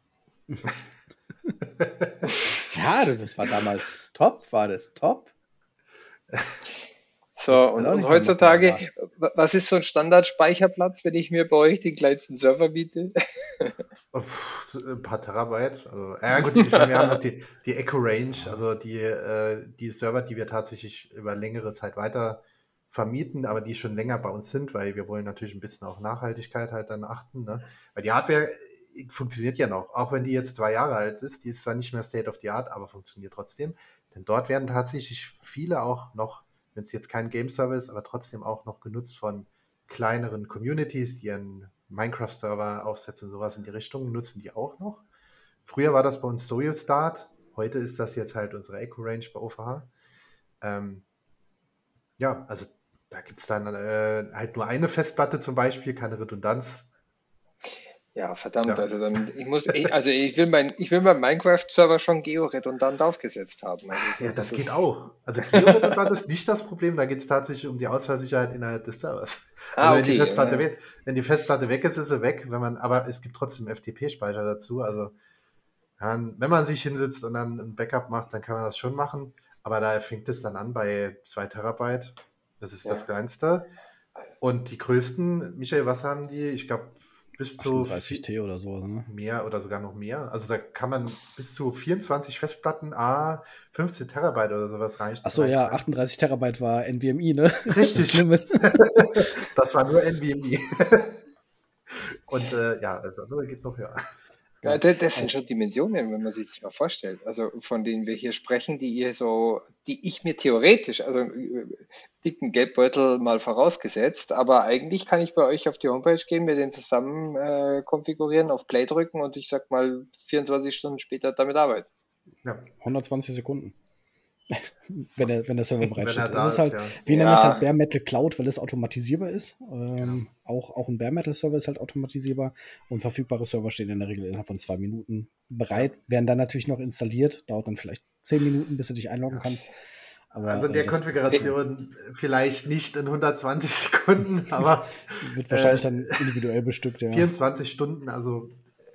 Ja, das war damals top, war das top. So, Jetzt und kann auch nicht mehr heutzutage, machen, was ist so ein Standardspeicherplatz, wenn ich mir bei euch den kleinsten Server biete? Ein paar Terabyte. Also, ja gut, ich meine, wir haben noch die Echo Range, also die Server, die wir tatsächlich über längere Zeit weiter vermieten, aber die schon länger bei uns sind, weil wir wollen natürlich ein bisschen auf Nachhaltigkeit halt dann achten. Ne? Weil die Hardware funktioniert ja noch, auch wenn die jetzt 2 Jahre alt ist. Die ist zwar nicht mehr State of the Art, aber funktioniert trotzdem. Denn dort werden tatsächlich viele auch noch, wenn es jetzt kein Game-Server ist, aber trotzdem auch noch genutzt von kleineren Communities, die einen Minecraft-Server aufsetzen und sowas in die Richtung, nutzen die auch noch. Früher war das bei uns SoyoStart, heute ist das jetzt halt unsere Echo Range bei OVH. Ja, also da gibt es dann halt nur eine Festplatte zum Beispiel, keine Redundanz. Ja, verdammt, Ja. also dann, ich will meinen Minecraft-Server schon georedundant aufgesetzt haben. Also Ja, das geht auch. Also georedundant ist nicht das Problem, da geht es tatsächlich um die Ausfallsicherheit innerhalb des Servers. Also okay, wenn die Festplatte weg ist sie weg, aber es gibt trotzdem FTP-Speicher dazu. Also wenn man sich hinsetzt und dann ein Backup macht, dann kann man das schon machen. Aber da fängt es dann an bei 2 Terabyte. Das ist Ja. das Kleinste. Und die größten, Michael, was haben die? Ich glaube, bis zu 38T oder so, ne? mehr oder sogar noch mehr. Also da kann man bis zu 24 Festplatten, 15 Terabyte oder sowas reichen. Achso, ja, 38 Terabyte war NVMe, ne? Richtig. Das Limit. Das war nur NVMe. Und das andere geht noch höher. Ja, das sind schon Dimensionen, wenn man sich das mal vorstellt. Also von denen wir hier sprechen, die ich mir theoretisch, also dicken Geldbeutel mal vorausgesetzt, aber eigentlich kann ich bei euch auf die Homepage gehen, mir den zusammen konfigurieren, auf Play drücken und ich sag mal 24 Stunden später damit arbeiten. Ja. 120 Sekunden. wenn der Server bereitsteht. da Es ist halt, ist, ja. wir nennen Ja. es halt Bare Metal Cloud, weil es automatisierbar ist. Auch ein Bare Metal Server ist halt automatisierbar und verfügbare Server stehen in der Regel innerhalb von 2 Minuten bereit, werden dann natürlich noch installiert, dauert dann vielleicht 10 Minuten, bis du dich einloggen kannst. Aber, Also in der Konfiguration vielleicht nicht in 120 Sekunden, aber wird wahrscheinlich dann individuell bestückt, ja. 24 Stunden, also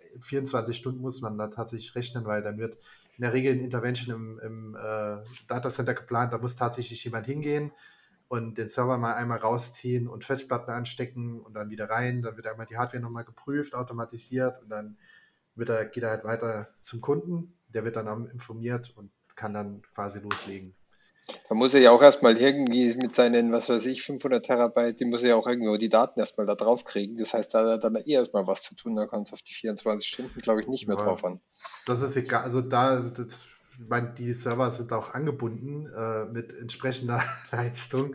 24 Stunden muss man da tatsächlich rechnen, weil dann wird in der Regel eine Intervention im Datacenter geplant, da muss tatsächlich jemand hingehen und den Server mal einmal rausziehen und Festplatten anstecken und dann wieder rein, dann wird einmal die Hardware nochmal geprüft, automatisiert und dann geht er halt weiter zum Kunden, der wird dann informiert und kann dann quasi loslegen. Da muss er ja auch erstmal irgendwie mit seinen, was weiß ich, 500 Terabyte, die muss er ja auch irgendwo die Daten erstmal da drauf kriegen. Das heißt, da hat er dann erstmal was zu tun, da kommt es auf die 24 Stunden, glaube ich, nicht mehr Ja. drauf an. Das ist egal, also ich meine, die Server sind auch angebunden mit entsprechender Leistung.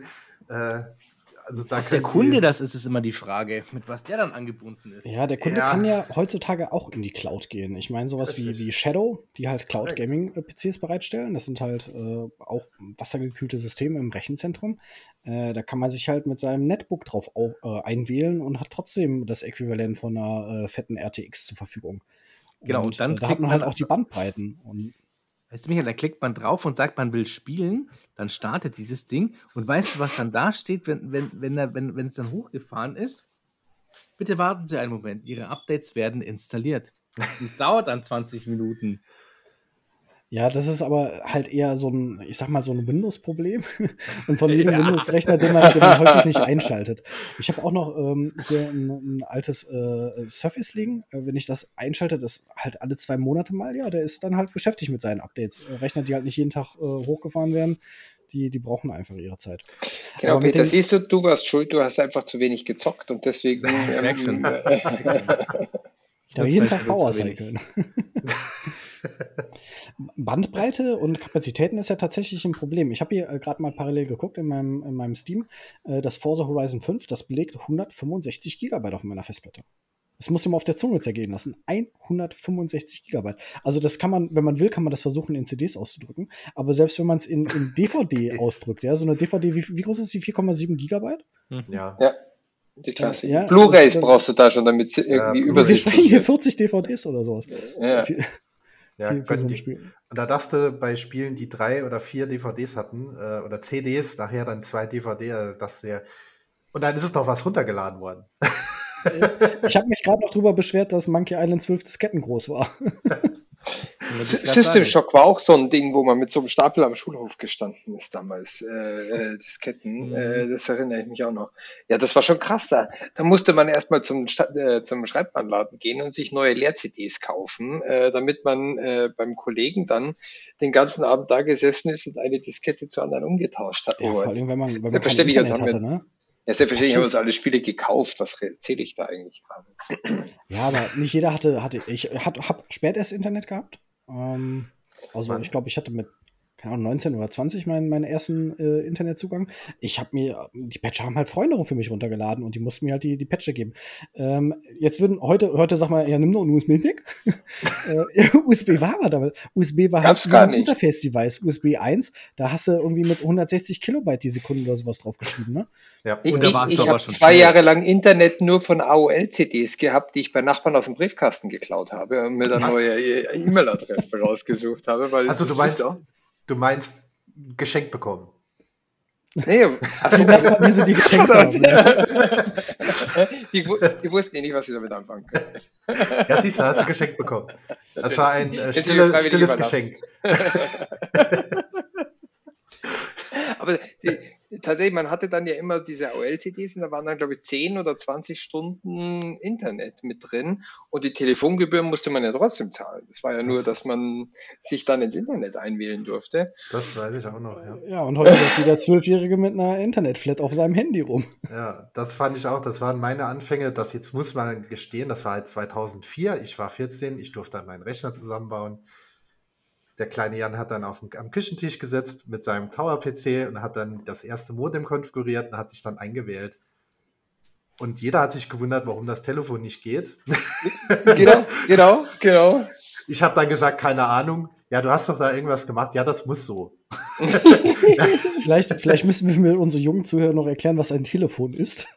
Also da Ob der Kunde das ist immer die Frage, mit was der dann angebunden ist. Ja, der Kunde kann ja heutzutage auch in die Cloud gehen. Ich meine, sowas wie Shadow, die halt Cloud Gaming PCs bereitstellen. Das sind halt auch wassergekühlte Systeme im Rechenzentrum. Da kann man sich halt mit seinem Netbook drauf einwählen und hat trotzdem das Äquivalent von einer fetten RTX zur Verfügung. Genau, und dann da hat man halt auch die Bandbreiten. Und weißt du, Michael, da klickt man drauf und sagt, man will spielen, dann startet dieses Ding und weißt du, was dann da steht, wenn es dann hochgefahren ist? Bitte warten Sie einen Moment, Ihre Updates werden installiert. Das dauert dann 20 Minuten. Ja, das ist aber halt eher so ein, ich sag mal, so ein Windows-Problem und von jedem Windows-Rechner, den man häufig nicht einschaltet. Ich habe auch noch hier ein altes Surface liegen. Wenn ich das einschalte, das halt alle 2 Monate mal, ja, der ist dann halt beschäftigt mit seinen Updates. Rechner, die halt nicht jeden Tag hochgefahren werden, die brauchen einfach ihre Zeit. Genau, Aber mit Peter, dem- siehst du warst schuld, du hast einfach zu wenig gezockt und deswegen Ja, jeden Tag Kurzweil Power zu wenig. Cycle. Bandbreite und Kapazitäten ist ja tatsächlich ein Problem. Ich habe hier gerade mal parallel geguckt in meinem Steam. Das Forza Horizon 5, das belegt 165 Gigabyte auf meiner Festplatte. Das muss man auf der Zunge zergehen lassen. 165 Gigabyte. Also das kann man, wenn man will, kann man das versuchen, in CDs auszudrücken. Aber selbst wenn man es in DVD ausdrückt, ja, so eine DVD, wie groß ist die? 4,7 Gigabyte? Ja. ja, die Klasse. Ja, Blu-rays das- brauchst du da schon, damit sie irgendwie Blu-rays. Wir sprechen übersichtlich hier wird. 40 DVDs oder sowas. Ja. Für so ein können die, Spiel. und da dachte bei Spielen, die 3 oder 4 DVDs hatten, oder CDs, nachher dann 2 DVD, und dann ist es noch was runtergeladen worden. Ich habe mich gerade noch drüber beschwert, dass Monkey Island 12 Disketten groß war. System Shock war auch so ein Ding, wo man mit so einem Stapel am Schulhof gestanden ist damals. Disketten, das erinnere ich mich auch noch. Ja, das war schon krass da. Da musste man erstmal zum Schreibwarenladen gehen und sich neue Leer-CDs kaufen, damit man beim Kollegen dann den ganzen Abend da gesessen ist und eine Diskette zur anderen umgetauscht hat. Ja, vor allem, wenn man kein Selbstverständlich, Internet also hatte, ne? Ja, selbstverständlich haben wir Tschüss. uns alle Spiele gekauft. Was erzähle ich da eigentlich gerade? Ja, aber nicht jeder hatte. Ich habe spät erst Internet gehabt. Also Wann? ich glaube, ich hatte mit, keine Ahnung, 19 oder 20 meinen ersten Internetzugang. Ich habe mir, die Patcher haben halt Freunde für mich runtergeladen und die mussten mir halt die Patcher geben. Jetzt würden heute sag mal, ja, nimm doch einen USB-Stick. USB war aber damit. USB war Gab's halt gar ein nicht. Interface-Device. USB 1, da hast du irgendwie mit 160 Kilobyte die Sekunde oder sowas drauf geschrieben, ne? Ja. Ich, Und da warst ich du aber habe schon 2 schnell. Jahre lang Internet nur von AOL-CDs gehabt, die ich bei Nachbarn aus dem Briefkasten geklaut habe und mir dann Was? neue E-Mail-Adressen rausgesucht habe. Weil Also das du meinst, ist auch- du meinst geschenkt bekommen. Nee, Die Nachbarn, die sie die geschenkt haben. Ne? die wussten ja nicht, was sie damit anfangen können. Ja, siehst du, hast du geschenkt bekommen. Das war ein Jetzt sind wir freiwillig stilles überlassen. Geschenk. Aber Aber tatsächlich, man hatte dann ja immer diese AOL-CDs und da waren dann, glaube ich, 10 oder 20 Stunden Internet mit drin und die Telefongebühren musste man ja trotzdem zahlen. Das war ja nur, dass man sich dann ins Internet einwählen durfte. Das weiß ich auch noch, ja. Ja, und heute läuft jeder Zwölfjährige mit einer Internetflat auf seinem Handy rum. Ja, das fand ich auch, das waren meine Anfänge. Das jetzt muss man gestehen, das war halt 2004. Ich war 14, ich durfte dann meinen Rechner zusammenbauen. Der kleine Jan hat dann am Küchentisch gesetzt mit seinem Tower-PC und hat dann das erste Modem konfiguriert und hat sich dann eingewählt. Und jeder hat sich gewundert, warum das Telefon nicht geht. Genau. Ich habe dann gesagt, keine Ahnung. Ja, du hast doch da irgendwas gemacht. Ja, das muss so. Vielleicht müssen wir mit unseren jungen Zuhörern noch erklären, was ein Telefon ist.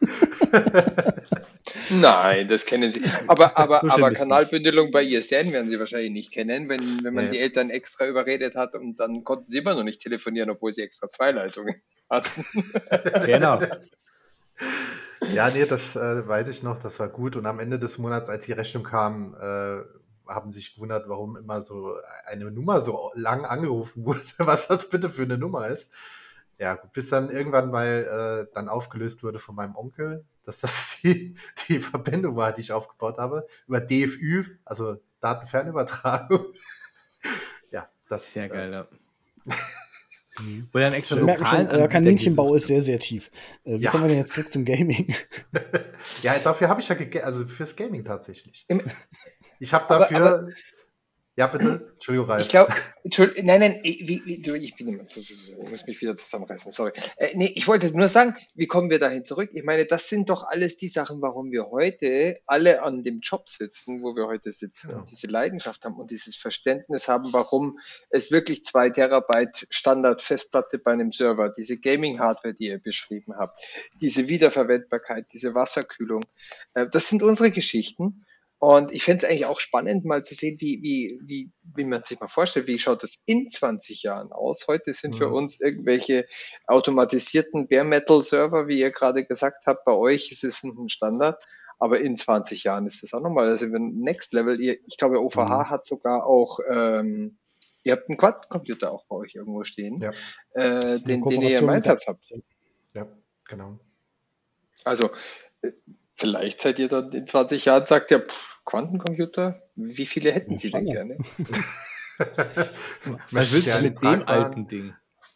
Nein, das kennen sie. Aber Bestimmt Kanalbündelung bei ISDN werden sie wahrscheinlich nicht kennen, wenn man die Eltern extra überredet hat und dann konnten sie immer noch nicht telefonieren, obwohl sie extra 2 Leitungen hatten. Genau. Ja, nee, das weiß ich noch, das war gut. Und am Ende des Monats, als die Rechnung kam, haben sich gewundert, warum immer so eine Nummer so lang angerufen wurde, was das bitte für eine Nummer ist. Ja, gut, bis dann irgendwann mal dann aufgelöst wurde von meinem Onkel, dass das die Verbindung war, die ich aufgebaut habe, über DFÜ, also Datenfernübertragung. Ja, das Sehr geil, ja. Wo dann extra Wir merken schon, euer Anbieter Kaninchenbau gesucht ist sehr, sehr tief. Wie Ja. kommen wir denn jetzt zurück zum Gaming? Ja, dafür habe ich ja also fürs Gaming tatsächlich. Im- Ich habe Aber- dafür. Ja, bitte. Entschuldigung, Ralf. Ich glaube, nein, ich bin immer so, ich muss mich wieder zusammenreißen, sorry. Ich wollte nur sagen, wie kommen wir dahin zurück? Ich meine, das sind doch alles die Sachen, warum wir heute alle an dem Job sitzen, wo wir heute sitzen Ja. und diese Leidenschaft haben und dieses Verständnis haben, warum es wirklich 2 Terabyte Standard-Festplatte bei einem Server, diese Gaming-Hardware, die ihr beschrieben habt, diese Wiederverwendbarkeit, diese Wasserkühlung, das sind unsere Geschichten. Und ich fände es eigentlich auch spannend, mal zu sehen, wie man sich mal vorstellt, wie schaut das in 20 Jahren aus. Heute sind für uns irgendwelche automatisierten Bare-Metal-Server, wie ihr gerade gesagt habt, bei euch ist es ein Standard, aber in 20 Jahren ist das auch nochmal, also Next Level. Ich glaube, OVH hat sogar auch, ihr habt einen Quantencomputer auch bei euch irgendwo stehen, Ja. Das ist eine den ihr im Kooperation mit Einsatz habt. Ja, genau. Also vielleicht seid ihr dann in 20 Jahren, sagt ihr, Quantencomputer, wie viele hätten Ja, Sie denn Standard. gerne? Was willst du Ja, mit dem Parkbahn. alten Ding?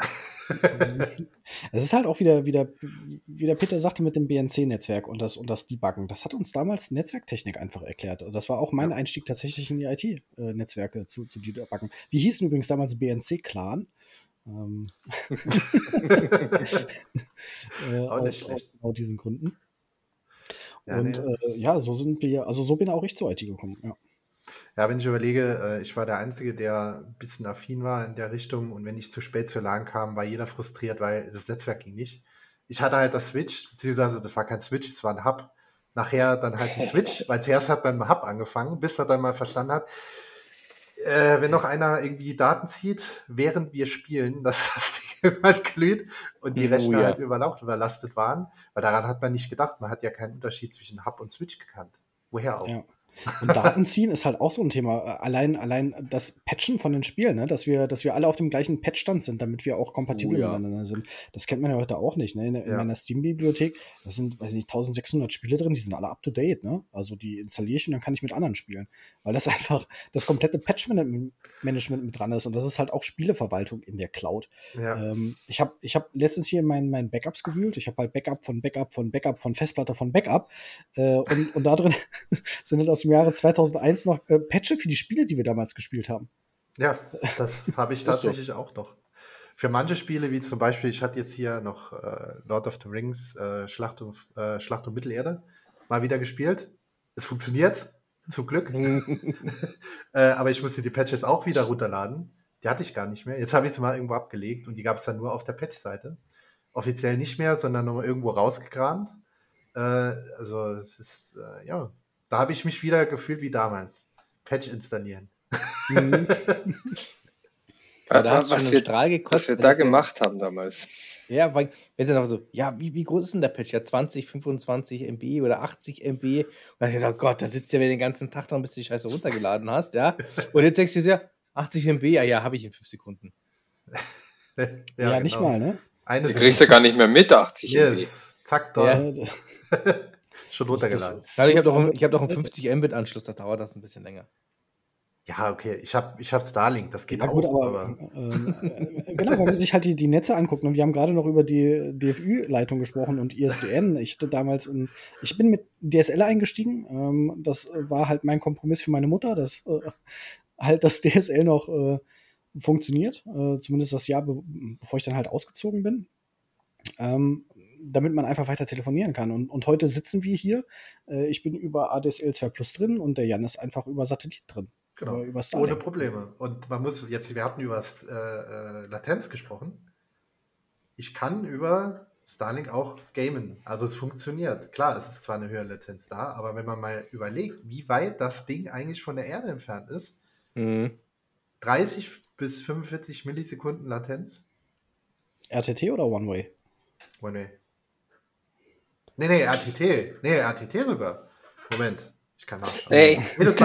Es ist halt auch wieder, wie der Peter sagte, mit dem BNC-Netzwerk und das Debuggen. Das hat uns damals Netzwerktechnik einfach erklärt. Und das war auch mein Einstieg tatsächlich in die IT-Netzwerke zu debuggen. Wir hießen übrigens damals BNC-Clan. Auch nicht aus schlecht. genau diesen Gründen. Ja, Und nee. so bin auch ich zur IT gekommen. Ja. Ja, wenn ich überlege, ich war der Einzige, der ein bisschen affin war in der Richtung und wenn ich zu spät zur LAN kam, war jeder frustriert, weil das Netzwerk ging nicht. Ich hatte halt das Switch, beziehungsweise das war kein Switch, es war ein Hub. Nachher dann halt ein Switch, weil zuerst hat beim Hub angefangen, bis man dann mal verstanden hat, wenn noch einer irgendwie Daten zieht, während wir spielen, dass das Ding irgendwann glüht und die Oh Rechner ja. halt überlastet waren, weil daran hat man nicht gedacht. Man hat ja keinen Unterschied zwischen Hub und Switch gekannt. Woher auch? Ja. Und Daten ziehen ist halt auch so ein Thema. Allein das Patchen von den Spielen, ne? dass wir alle auf dem gleichen Patchstand sind, damit wir auch kompatibel Oh ja. miteinander sind. Das kennt man ja heute auch nicht. Ne? In Ja. meiner Steam-Bibliothek, da sind, weiß nicht, 1600 Spiele drin, die sind alle up to date. Ne? Also die installiere ich und dann kann ich mit anderen spielen. Weil das einfach das komplette Patch-Management mit dran ist. Und das ist halt auch Spieleverwaltung in der Cloud. Ja. Ich hab letztens hier in meinen Backups gewühlt. Ich habe halt Backup von Backup von Backup von Festplatte von Backup. Und da drin sind halt aus dem Jahre 2001 noch Patche für die Spiele, die wir damals gespielt haben. Ja, das habe ich Ist so. tatsächlich auch noch. Für manche Spiele, wie zum Beispiel, ich hatte jetzt hier noch Lord of the Rings, Schlacht um Mittelerde mal wieder gespielt. Es funktioniert, zum Glück. Aber ich musste die Patches auch wieder runterladen. Die hatte ich gar nicht mehr. Jetzt habe ich sie mal irgendwo abgelegt und die gab es dann nur auf der Patch-Seite. Offiziell nicht mehr, sondern nur irgendwo rausgekramt. Also es ist, ja, da habe ich mich wieder gefühlt wie damals. Patch installieren. Aber da hast du schon was einen wir, Strahl gekotzt. was wir wenn da das so- gemacht haben damals. Ja, weil wenn sie dann so, ja, wie groß ist denn der Patch? Ja, 20, 25 MB oder 80 MB. Und dann hab ich gedacht, oh Gott, da sitzt ja wieder den ganzen Tag dran, bis du die Scheiße runtergeladen hast, ja. Und jetzt denkst du dir, 80 MB, ja, habe ich in 5 Sekunden. Ja, nicht genau. mal, ne? Eine Die kriegst du gar nicht mehr mit, 80 MB. Yes, zack, da. Äh, Schon das- runtergeladen. Also ich habe doch, führt ich hab doch einen einfach- 50 Mbit-Anschluss, da dauert das ein bisschen länger. Ja, okay, ich hab Starlink, das geht Ja auch. gut, aber genau, wenn man sich halt die Netze anguckt, ne, wir haben gerade noch über die DFÜ-Leitung gesprochen und ISDN. Ich bin mit DSL eingestiegen. Das war halt mein Kompromiss für meine Mutter, dass halt das DSL noch funktioniert, zumindest das Jahr, bevor ich dann halt ausgezogen bin. Damit man einfach weiter telefonieren kann. Und heute sitzen wir hier. Ich bin über ADSL 2 Plus drin und der Jan ist einfach über Satellit drin. Genau, Über Starlink. ohne Probleme. Und man muss jetzt, wir hatten über Latenz gesprochen. Ich kann über Starlink auch gamen. Also es funktioniert. Klar, es ist zwar eine höhere Latenz da, aber wenn man mal überlegt, wie weit das Ding eigentlich von der Erde entfernt ist, 30 bis 45 Millisekunden Latenz. RTT oder One-Way? One-Way. Nee, RTT. Nee, RTT sogar. Moment, ich kann nachschauen. Nee,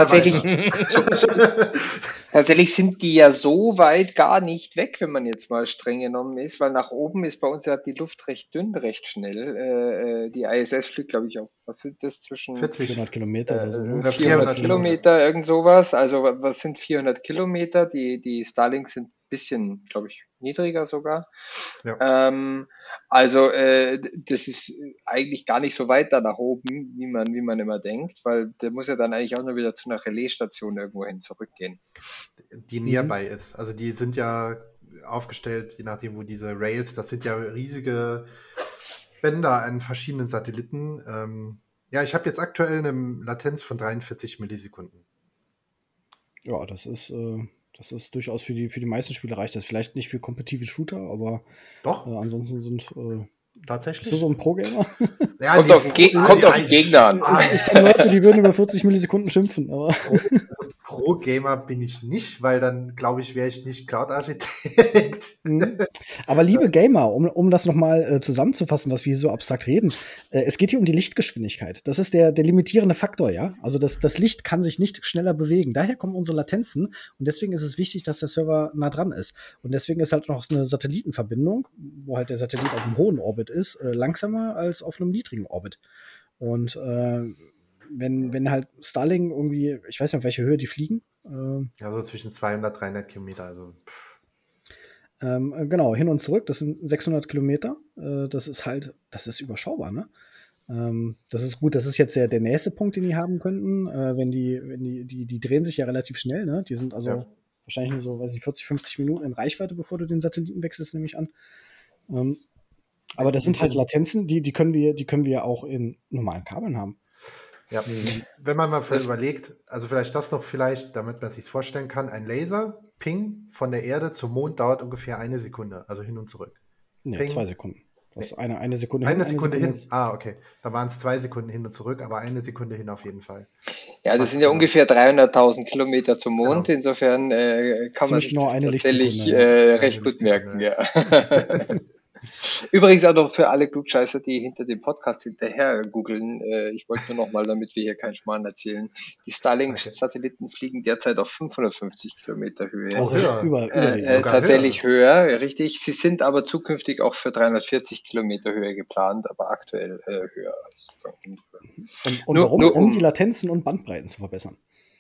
tatsächlich sind die ja so weit gar nicht weg, wenn man jetzt mal streng genommen ist, weil nach oben ist bei uns ja die Luft recht dünn, recht schnell. Die ISS fliegt, glaube ich, auf, was sind das, zwischen 400 Kilometer oder so. Ne? 400 Kilometer, irgend sowas. Also was sind 400 Kilometer? Die Starlinks sind ein bisschen, glaube ich, niedriger sogar. Ja. Das ist eigentlich gar nicht so weit da nach oben, wie man immer denkt, weil der muss ja dann eigentlich auch nur wieder zu einer Relaisstation irgendwo hin zurückgehen. Die nearby ist. Also die sind ja aufgestellt, je nachdem, wo diese Rails, das sind ja riesige Bänder an verschiedenen Satelliten. Ja, ich habe jetzt aktuell eine Latenz von 43 Millisekunden. Ja, das ist durchaus für die meisten Spiele reicht das. Vielleicht nicht für kompetitive Shooter, aber Doch, ansonsten sind. tatsächlich. Bist du so ein Pro-Gamer? Ja, Kommt auf den Gegner an. Ich kenne Leute, die würden über 40 Millisekunden schimpfen. Aber Pro-Gamer bin ich nicht, weil dann, glaube ich, wäre ich nicht Cloud-Architekt. Aber liebe Gamer, um das nochmal zusammenzufassen, was wir hier so abstrakt reden, es geht hier um die Lichtgeschwindigkeit. Das ist der limitierende Faktor, ja? Also das Licht kann sich nicht schneller bewegen. Daher kommen unsere Latenzen und deswegen ist es wichtig, dass der Server nah dran ist. Und deswegen ist halt noch eine Satellitenverbindung, wo halt der Satellit auf einem hohen Orbit ist, langsamer als auf einem niedrigen Orbit. Und wenn halt Starlink irgendwie, ich weiß nicht, auf welche Höhe die fliegen. Ja, so zwischen 200 und 300 Kilometer. Also, genau, hin und zurück, das sind 600 Kilometer. Das ist überschaubar, ne? Das ist gut, das ist jetzt der nächste Punkt, den die haben könnten. Die drehen sich ja relativ schnell, ne? Die sind also wahrscheinlich nur so, weiß ich, 40, 50 Minuten in Reichweite, bevor du den Satelliten wechselst, nehme ich an. Aber das sind halt Latenzen, die können wir auch in normalen Kabeln haben. Ja, wenn man mal überlegt, also vielleicht, damit man sich vorstellen kann, ein Laser-Ping von der Erde zum Mond dauert ungefähr 1 Sekunde, also hin und zurück. Nee, Ping. 2 Sekunden. Das ist eine Sekunde Eine hin, Sekunde hin. zurück. Ah, okay. Da waren es 2 Sekunden hin und zurück, aber 1 Sekunde hin auf jeden Fall. Ja, das sind ja ungefähr 300.000 Kilometer zum Mond. Genau. Insofern kann man sich genau das eine tatsächlich Lichtsekunde, recht Eine gut Lichtsekunde, merken. Ja. Übrigens auch noch für alle Klugscheißer, die hinter dem Podcast hinterher googeln. Ich wollte nur noch mal, damit wir hier keinen Schmarrn erzählen. Die Starlink-Satelliten fliegen derzeit auf 550 Kilometer Höhe. Also höher. über Tatsächlich höher, richtig. Sie sind aber zukünftig auch für 340 Kilometer Höhe geplant, aber aktuell höher. Also sozusagen. Und warum? Um die Latenzen und Bandbreiten zu verbessern.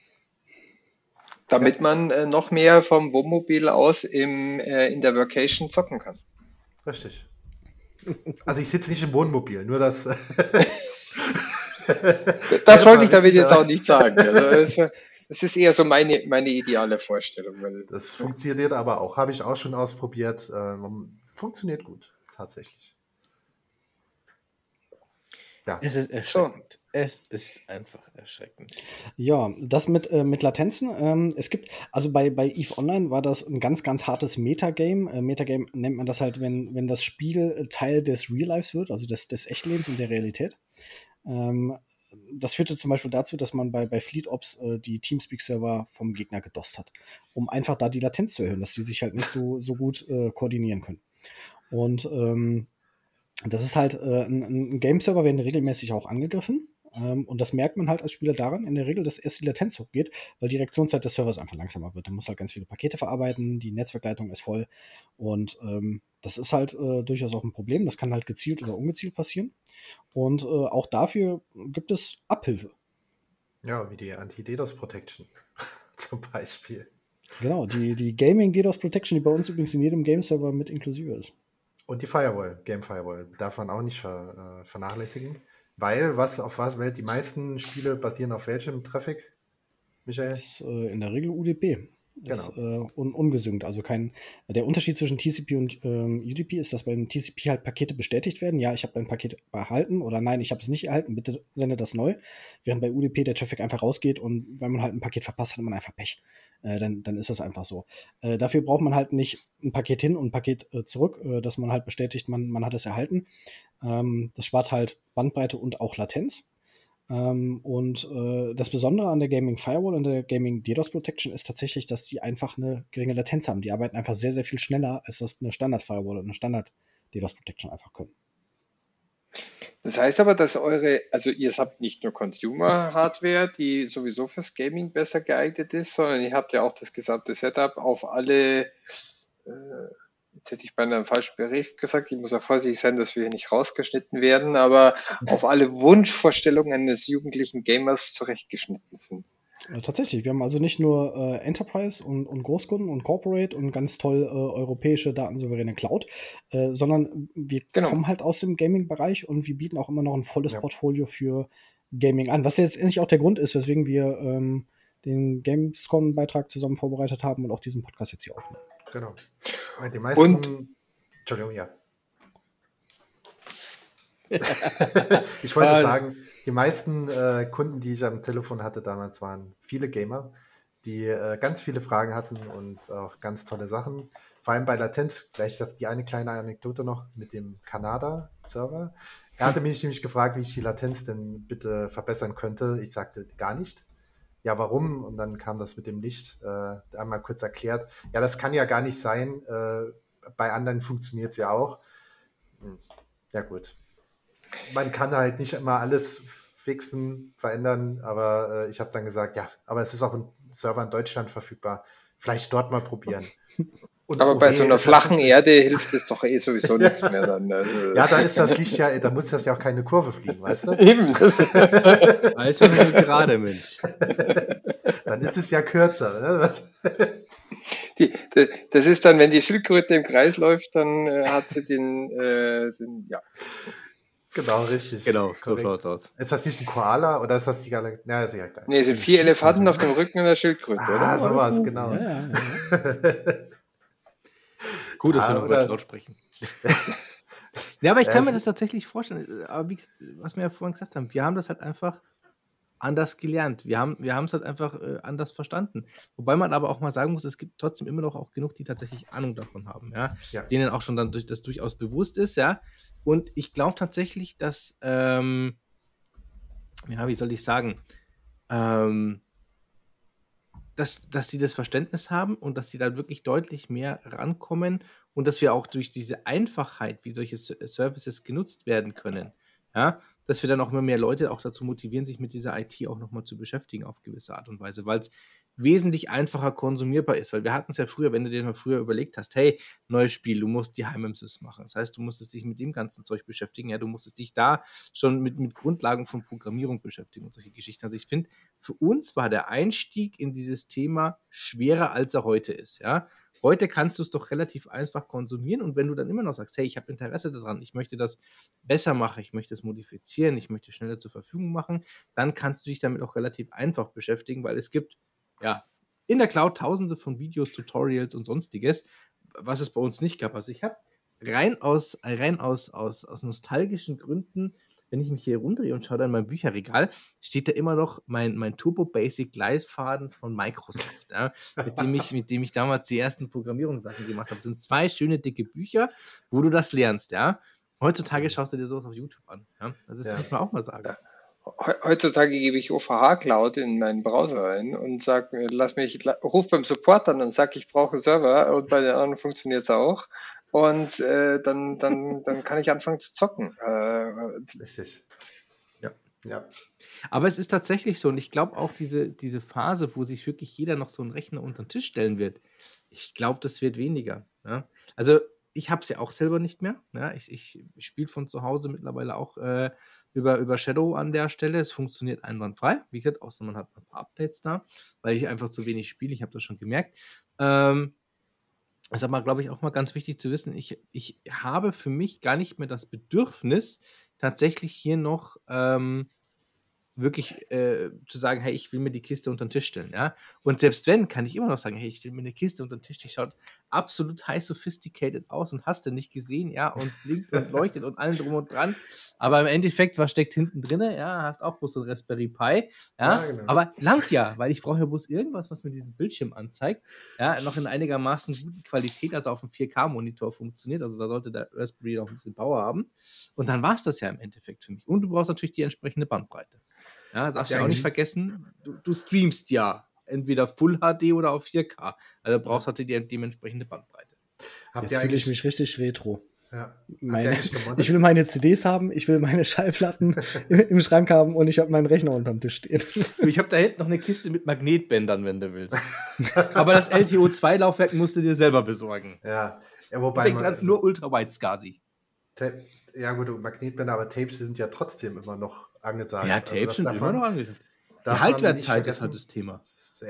Damit man noch mehr vom Wohnmobil aus in der Vacation zocken kann. Richtig. Also ich sitze nicht im Wohnmobil, nur das. Das wollte ich damit jetzt auch nicht sagen. Also das ist eher so meine ideale Vorstellung. Weil Das funktioniert aber auch. Habe ich auch schon ausprobiert. Funktioniert gut, tatsächlich. Ja. Es ist erschreckend. Es ist einfach erschreckend. Ja, das mit Latenzen. Es gibt, also bei EVE Online war das ein ganz, ganz hartes Metagame. Metagame nennt man das halt, wenn das Spiel Teil des Real Lives wird, also des Echtlebens und der Realität. Das führte zum Beispiel dazu, dass man bei Fleet Ops die Teamspeak-Server vom Gegner gedost hat, um einfach da die Latenz zu erhöhen, dass die sich halt nicht so gut koordinieren können. Und das ist halt, ein Game-Server werden regelmäßig auch angegriffen. Und das merkt man halt als Spieler daran, in der Regel, dass erst die Latenz hochgeht, weil die Reaktionszeit des Servers einfach langsamer wird. Der muss halt ganz viele Pakete verarbeiten, die Netzwerkleitung ist voll. Und das ist halt durchaus auch ein Problem. Das kann halt gezielt oder ungezielt passieren. Und auch dafür gibt es Abhilfe. Ja, wie die Anti-DDoS Protection zum Beispiel. Genau, die Gaming DDoS Protection, die bei uns übrigens in jedem Game-Server mit inklusive ist. Und die Firewall, Game Firewall, darf man auch nicht vernachlässigen. Weil, auf was die meisten Spiele basieren auf welchem Traffic, Michael? Das ist in der Regel UDP. Das Genau. ist ungesynkt. Also der Unterschied zwischen TCP und UDP ist, dass beim TCP halt Pakete bestätigt werden. Ja, ich habe dein Paket erhalten oder nein, ich habe es nicht erhalten, bitte sende das neu. Während bei UDP der Traffic einfach rausgeht und wenn man halt ein Paket verpasst, hat man einfach Pech. Dann ist das einfach so. Dafür braucht man halt nicht ein Paket hin und ein Paket zurück, dass man halt bestätigt, man hat es erhalten. Das spart halt Bandbreite und auch Latenz. Das Besondere an der Gaming Firewall und der Gaming DDoS Protection ist tatsächlich, dass die einfach eine geringe Latenz haben. Die arbeiten einfach sehr, sehr viel schneller, als das eine Standard Firewall und eine Standard DDoS Protection einfach können. Das heißt aber, dass also ihr habt nicht nur Consumer-Hardware, die sowieso fürs Gaming besser geeignet ist, sondern ihr habt ja auch das gesamte Setup auf alle, jetzt hätte ich beinahe einen falschen Begriff gesagt, ich muss auch vorsichtig sein, dass wir hier nicht rausgeschnitten werden, aber auf alle Wunschvorstellungen eines jugendlichen Gamers zurechtgeschnitten sind. Tatsächlich, wir haben also nicht nur Enterprise und Großkunden und Corporate und ganz toll europäische datensouveräne Cloud, sondern wir kommen halt aus dem Gaming-Bereich und wir bieten auch immer noch ein volles Portfolio für Gaming an, was jetzt endlich auch der Grund ist, weswegen wir den Gamescom-Beitrag zusammen vorbereitet haben und auch diesen Podcast jetzt hier aufnehmen. Genau. Die meisten, Entschuldigung, ja. Ich wollte sagen, die meisten Kunden, die ich am Telefon hatte damals, waren viele Gamer, die ganz viele Fragen hatten und auch ganz tolle Sachen. Vor allem bei Latenz, gleich die eine kleine Anekdote noch mit dem Kanada-Server. Er hatte mich nämlich gefragt, wie ich die Latenz denn bitte verbessern könnte. Ich sagte, gar nicht. Ja, warum? Und dann kam das mit dem Licht, einmal kurz erklärt. Ja, das kann ja gar nicht sein. Bei anderen funktioniert es ja auch. Ja, gut. Man kann halt nicht immer alles fixen, verändern, aber ich habe dann gesagt, ja, aber es ist auch ein Server in Deutschland verfügbar. Vielleicht dort mal probieren. Und aber bei so einer flachen Erde hilft es doch sowieso nichts mehr dann. Ja, da ist das Licht ja, da muss das ja auch keine Kurve fliegen, weißt du? Eben. Also gerade, Mensch. Dann ist es ja kürzer. Ne? Das ist dann, wenn die Schildkröte im Kreis läuft, dann hat sie den ja. Genau, richtig. Genau, so schaut's aus. Ist das nicht ein Koala oder ist das die Galaxie? Ja, ist ja geil. Nee, es sind 4 Elefanten auf dem Rücken einer Schildkröte, oder? Ah, sowas, genau. Ja. Gut, dass wir noch über Cloud sprechen. Ja, aber ich kann mir das tatsächlich vorstellen. Aber wie, was wir ja vorhin gesagt haben, wir haben das halt einfach anders gelernt. Wir haben es halt einfach anders verstanden. Wobei man aber auch mal sagen muss, es gibt trotzdem immer noch auch genug, die tatsächlich Ahnung davon haben, ja? Denen auch schon dann das durchaus bewusst ist, ja. Und ich glaube tatsächlich, dass, wie soll ich sagen, dass die das Verständnis haben und dass sie da wirklich deutlich mehr rankommen und dass wir auch durch diese Einfachheit, wie solche Services genutzt werden können, ja, dass wir dann auch immer mehr Leute auch dazu motivieren, sich mit dieser IT auch nochmal zu beschäftigen auf gewisse Art und Weise, weil es wesentlich einfacher konsumierbar ist, weil wir hatten es ja früher, wenn du dir mal früher überlegt hast, hey, neues Spiel, du musst die Heimsys machen, das heißt, du musstest dich mit dem ganzen Zeug beschäftigen, ja, du musstest dich da schon mit Grundlagen von Programmierung beschäftigen und solche Geschichten. Also ich finde, für uns war der Einstieg in dieses Thema schwerer, als er heute ist, ja. Heute kannst du es doch relativ einfach konsumieren und wenn du dann immer noch sagst, hey, ich habe Interesse daran, ich möchte das besser machen, ich möchte es modifizieren, ich möchte schneller zur Verfügung machen, dann kannst du dich damit auch relativ einfach beschäftigen, weil es gibt ja in der Cloud tausende von Videos, Tutorials und sonstiges, was es bei uns nicht gab. Also ich habe rein aus nostalgischen Gründen, wenn ich mich hier rumdrehe und schaue dann in mein Bücherregal, steht da immer noch mein Turbo Basic Gleitfaden von Microsoft, ja, mit dem ich damals die ersten Programmierungssachen gemacht habe. Das sind 2 schöne, dicke Bücher, wo du das lernst, ja. Heutzutage schaust du dir sowas auf YouTube an, ja. Also das muss man auch mal sagen. Heutzutage gebe ich OVH Cloud in meinen Browser ein und sage, ruf beim Support an und sage, ich brauche einen Server und bei den anderen funktioniert es auch. Und dann kann ich anfangen zu zocken. Richtig. Ja. Ja. Aber es ist tatsächlich so, und ich glaube auch diese Phase, wo sich wirklich jeder noch so einen Rechner unter den Tisch stellen wird, ich glaube, das wird weniger. Ja? Also ich habe es ja auch selber nicht mehr. Ja? Ich spiele von zu Hause mittlerweile auch über Shadow an der Stelle. Es funktioniert einwandfrei. Wie gesagt, außer man hat ein paar Updates da, weil ich einfach zu wenig spiele. Ich habe das schon gemerkt. Das ist aber, glaube ich, auch mal ganz wichtig zu wissen. Ich habe für mich gar nicht mehr das Bedürfnis, tatsächlich hier noch wirklich zu sagen, hey, ich will mir die Kiste unter den Tisch stellen, ja. Und selbst wenn, kann ich immer noch sagen, hey, ich stelle mir eine Kiste unter den Tisch, die schaut absolut high sophisticated aus und hast du nicht gesehen, ja, und blinkt und leuchtet und allem drum und dran. Aber im Endeffekt, was steckt hinten drin? Ja, hast auch bloß so ein Raspberry Pi, ja. Ja, genau. Aber langt ja, weil ich brauche ja bloß irgendwas, was mir diesen Bildschirm anzeigt, ja, noch in einigermaßen guten Qualität, also auf einem 4K-Monitor funktioniert. Also da sollte der Raspberry noch ein bisschen Power haben. Und dann war es das ja im Endeffekt für mich. Und du brauchst natürlich die entsprechende Bandbreite. Ja, darfst ihr du auch nicht eigentlich- vergessen, du streamst ja entweder Full HD oder auf 4K. Also du brauchst halt die dementsprechende Bandbreite. Habt Jetzt ihr fühle ich eigentlich, mich richtig retro. ja, habt ihr Meine, eigentlich gemoddet? ich will meine CDs haben, ich will meine Schallplatten im Schrank haben und ich habe meinen Rechner unterm Tisch stehen. Ich habe da hinten noch eine Kiste mit Magnetbändern, wenn du willst. Aber das LTO2-Laufwerk musst du dir selber besorgen. Ja, wobei Denk dran, nur Ultrawide SCSI. Ja gut, Magnetbänder, aber Tapes sind ja trotzdem immer noch angesagt. Ja, Also Tapes das sind darf immer man- noch angesagt. Die darf man Haltwertzeit nicht ist halt vergessen. das Thema.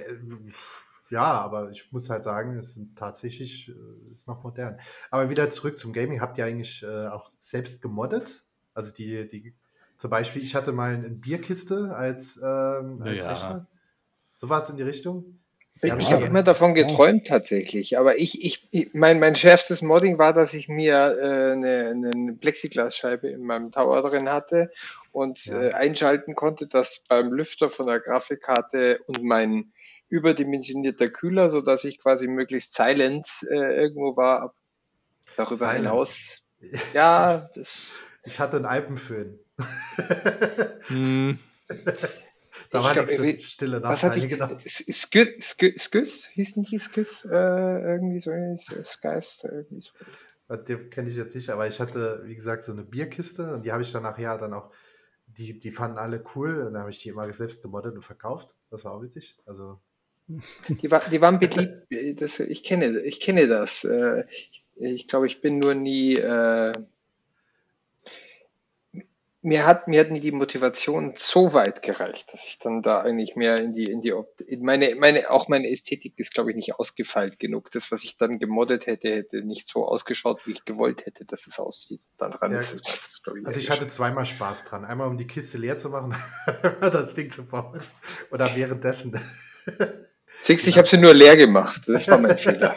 Ja, aber ich muss halt sagen, es sind tatsächlich ist noch modern. Aber wieder zurück zum Gaming. Habt ihr eigentlich auch selbst gemoddet? Also zum Beispiel, ich hatte mal eine Bierkiste als Ja. Rechner. Sowas in die Richtung? Ich hab habe aber- immer davon geträumt tatsächlich, aber mein schärfstes Modding war, dass ich mir eine Plexiglasscheibe in meinem Tower drin hatte und Ja. einschalten konnte, dass beim Lüfter von der Grafikkarte und mein überdimensionierter Kühler, sodass ich quasi möglichst silent irgendwo war. Darüber Silent. hinaus, ja, Ich hatte einen Alpenföhn. Hm. Da Ich war glaub, nichts mit irgendwie- stille was Nacht. hatte ich? Genau. Skys? Hieß nicht Skys? Irgendwie so, Skys, irgendwie so. Den kenne ich jetzt nicht, aber ich hatte, wie gesagt, so eine Bierkiste und die habe ich dann nachher dann auch, die fanden alle cool und dann habe ich die immer selbst gemoddet und verkauft. Das war auch witzig. Also, Die waren beliebt. Ich kenne das. Ich glaube, ich bin nur nie. Mir hat nie die Motivation so weit gereicht, dass ich dann da eigentlich mehr auch meine Ästhetik ist, glaube ich, nicht ausgefeilt genug. Das, was ich dann gemoddet hätte nicht so ausgeschaut, wie ich gewollt hätte, dass es aussieht. Daran Ja, ist es meistens, glaube ich, also eher ich hatte zweimal Spaß dran. Einmal, um die Kiste leer zu machen, einmal das Ding zu bauen. Oder währenddessen. Siehst du, ich habe sie nur leer gemacht. Das war mein Fehler.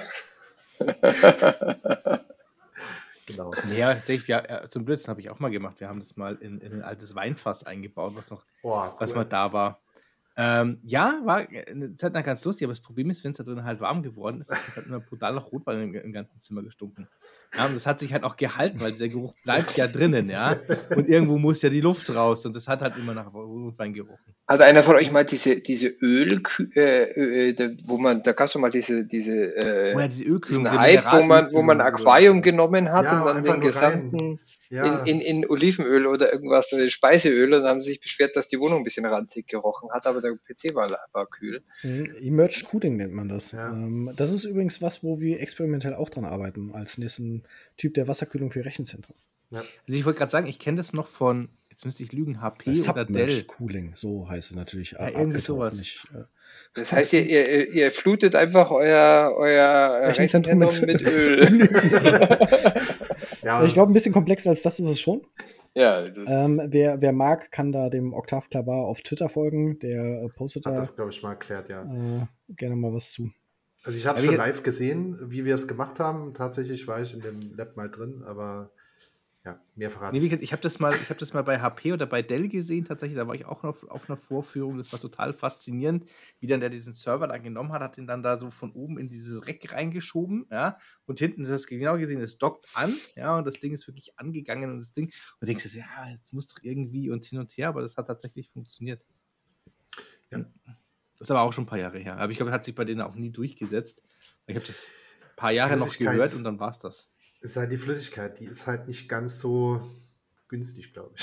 Genau. Ja, tatsächlich, so ein Blödsinn habe ich auch mal gemacht. Wir haben das mal in ein altes Weinfass eingebaut, was Cool. mal da war. Ja, war eine Zeit lang ganz lustig, aber das Problem ist, wenn es da drin halt warm geworden ist, ist es halt immer brutal nach Rotwein im ganzen Zimmer gestunken. Ja, und das hat sich halt auch gehalten, weil dieser Geruch bleibt ja drinnen, ja. Und irgendwo muss ja die Luft raus und das hat halt immer nach Rotwein gerochen. Hat einer von euch mal diese Öl, da gab es doch mal diese Diese Ölkühlung, diesen diese Hype, wo man Mineralölkühlung Aquarium genommen hat Ja, und dann einfach den nur gesamten Ja, in Olivenöl oder irgendwas, Speiseöl, und dann haben sie sich beschwert, dass die Wohnung ein bisschen ranzig gerochen hat, aber der PC war kühl. Emerged Cooling nennt man das. Ja. Das ist übrigens was, wo wir experimentell auch dran arbeiten, als nächsten Typ der Wasserkühlung für Rechenzentren. Also ich wollte gerade sagen, ich kenne das noch von, jetzt müsste ich lügen, HP oder Dell. Submerged Cooling, so heißt es natürlich. Ja, irgendwie abgetaucht, sowas. nicht, Das heißt, ihr flutet einfach euer Rechenzentrum Rechenzentrum mit- mit Öl. ja, Ich glaube, ein bisschen komplexer als das ist es schon. Ja, das, Wer mag, kann da dem Octave Klabar auf Twitter folgen. Der postet hat da das, glaube ich, mal erklärt, ja. gerne mal was zu. Also ich habe Ja, schon wie- live gesehen, wie wir es gemacht haben. Tatsächlich war ich in dem Lab mal drin, aber ja, mehr verraten. Nee, wie gesagt, ich habe das mal bei HP oder bei Dell gesehen, tatsächlich, da war ich auch noch auf einer Vorführung, das war total faszinierend, wie dann der diesen Server da genommen hat den dann da so von oben in diese Rack reingeschoben, ja, und hinten ist das genau gesehen, es dockt an, ja, und das Ding ist wirklich angegangen und das Ding, und du denkst, ja, jetzt muss doch irgendwie und hin und her, aber das hat tatsächlich funktioniert. Ja. Das ist aber auch schon ein paar Jahre her, aber ich glaube, das hat sich bei denen auch nie durchgesetzt. Ich habe das ein paar Jahre noch Flüssigkeit. gehört und dann war es das. Ist halt die Flüssigkeit, die ist halt nicht ganz so günstig, glaube ich.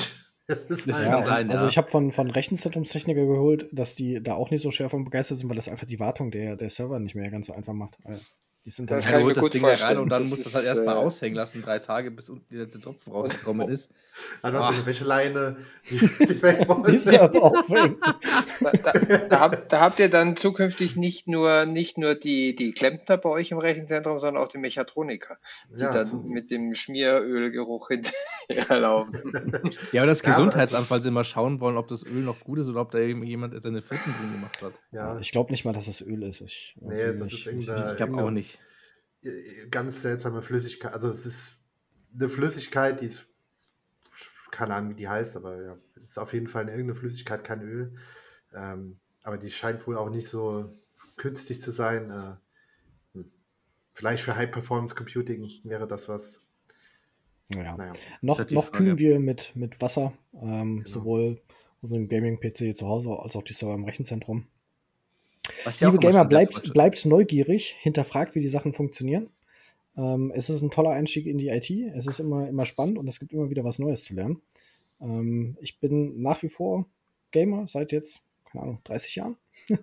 Das ist Das halt- kann Ja, sein, also ja. ich habe von Rechenzentrumstechniker geholt, dass die da auch nicht so schwer von begeistert sind, weil das einfach die Wartung der Server nicht mehr ganz so einfach macht. Die sind dann Das Ja, kann du ich mir holst das gut Ding da rein vorstellen. und dann Das musst du es ist, halt erstmal aushängen lassen, 3 Tage, bis unten der letzte Tropfen rausgekommen ist. Hat noch so eine Ach. Wäscheleine, die weg die muss. Server aufhängen. Da habt ihr dann zukünftig nicht nur die Klempner bei euch im Rechenzentrum, sondern auch die Mechatroniker, die Ja, dann mit dem Schmierölgeruch hinterherlaufen. Ja, aber das Ja, aber Gesundheitsamt, weil sie mal schauen wollen, ob das Öl noch gut ist oder ob da jemand seine Fritten drin gemacht hat. ja, Ich glaube nicht mal, dass das Öl ist. Nee, das ist irgendeine- Ich glaube auch nicht. ganz seltsame Flüssigkeit. Also es ist eine Flüssigkeit, die ist, keine Ahnung, wie die heißt, aber ja, es ist auf jeden Fall irgendeine Flüssigkeit, kein Öl. Aber die scheint wohl auch nicht so künstlich zu sein. Vielleicht für High-Performance-Computing wäre das was. Ja. Naja. Noch, halt die noch Frage. kühlen wir mit Wasser, sowohl unseren Gaming-PC zu Hause als auch die Server im Rechenzentrum. Was ja Liebe auch immer Gamer, schon der Quatsch ist. bleibt neugierig, hinterfragt, wie die Sachen funktionieren. Es ist ein toller Einstieg in die IT. Es ist immer spannend und es gibt immer wieder was Neues zu lernen. Ich bin nach wie vor Gamer seit jetzt, keine Ahnung, 30 Jahren.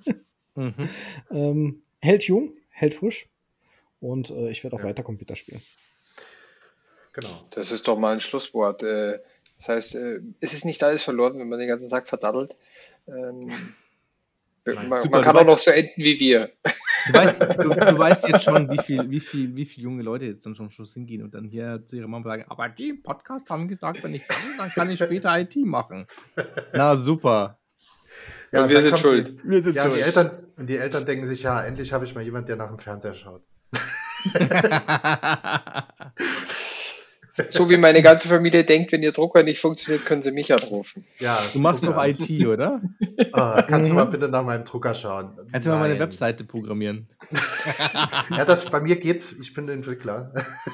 Mhm. Hält jung, hält frisch und ich werde auch Ja. weiter Computer spielen. Genau. Das ist doch mal ein Schlusswort. Das heißt, es ist nicht alles verloren, wenn man den ganzen Tag verdaddelt. Man Super, kann du auch noch so enden wie wir. Du weißt jetzt schon, wie viel junge Leute jetzt dann zum Schluss hingehen und dann hier zu ihrer Mama sagen, aber die im Podcast haben gesagt, wenn ich das will, dann kann ich später IT machen. Na super. Ja, Und wir dann sind kommt schuld. Wir sind Ja, schuld. die Eltern denken sich, ja, endlich habe ich mal jemand, der nach dem Fernseher schaut. So wie meine ganze Familie denkt, wenn ihr Drucker nicht funktioniert, können sie mich anrufen. Ja, Du machst guck doch mal. IT, oder? Kannst du mal bitte nach meinem Drucker schauen? Kannst du mal meine Nein. Webseite programmieren? Ja, bei mir geht's. Ich bin Entwickler.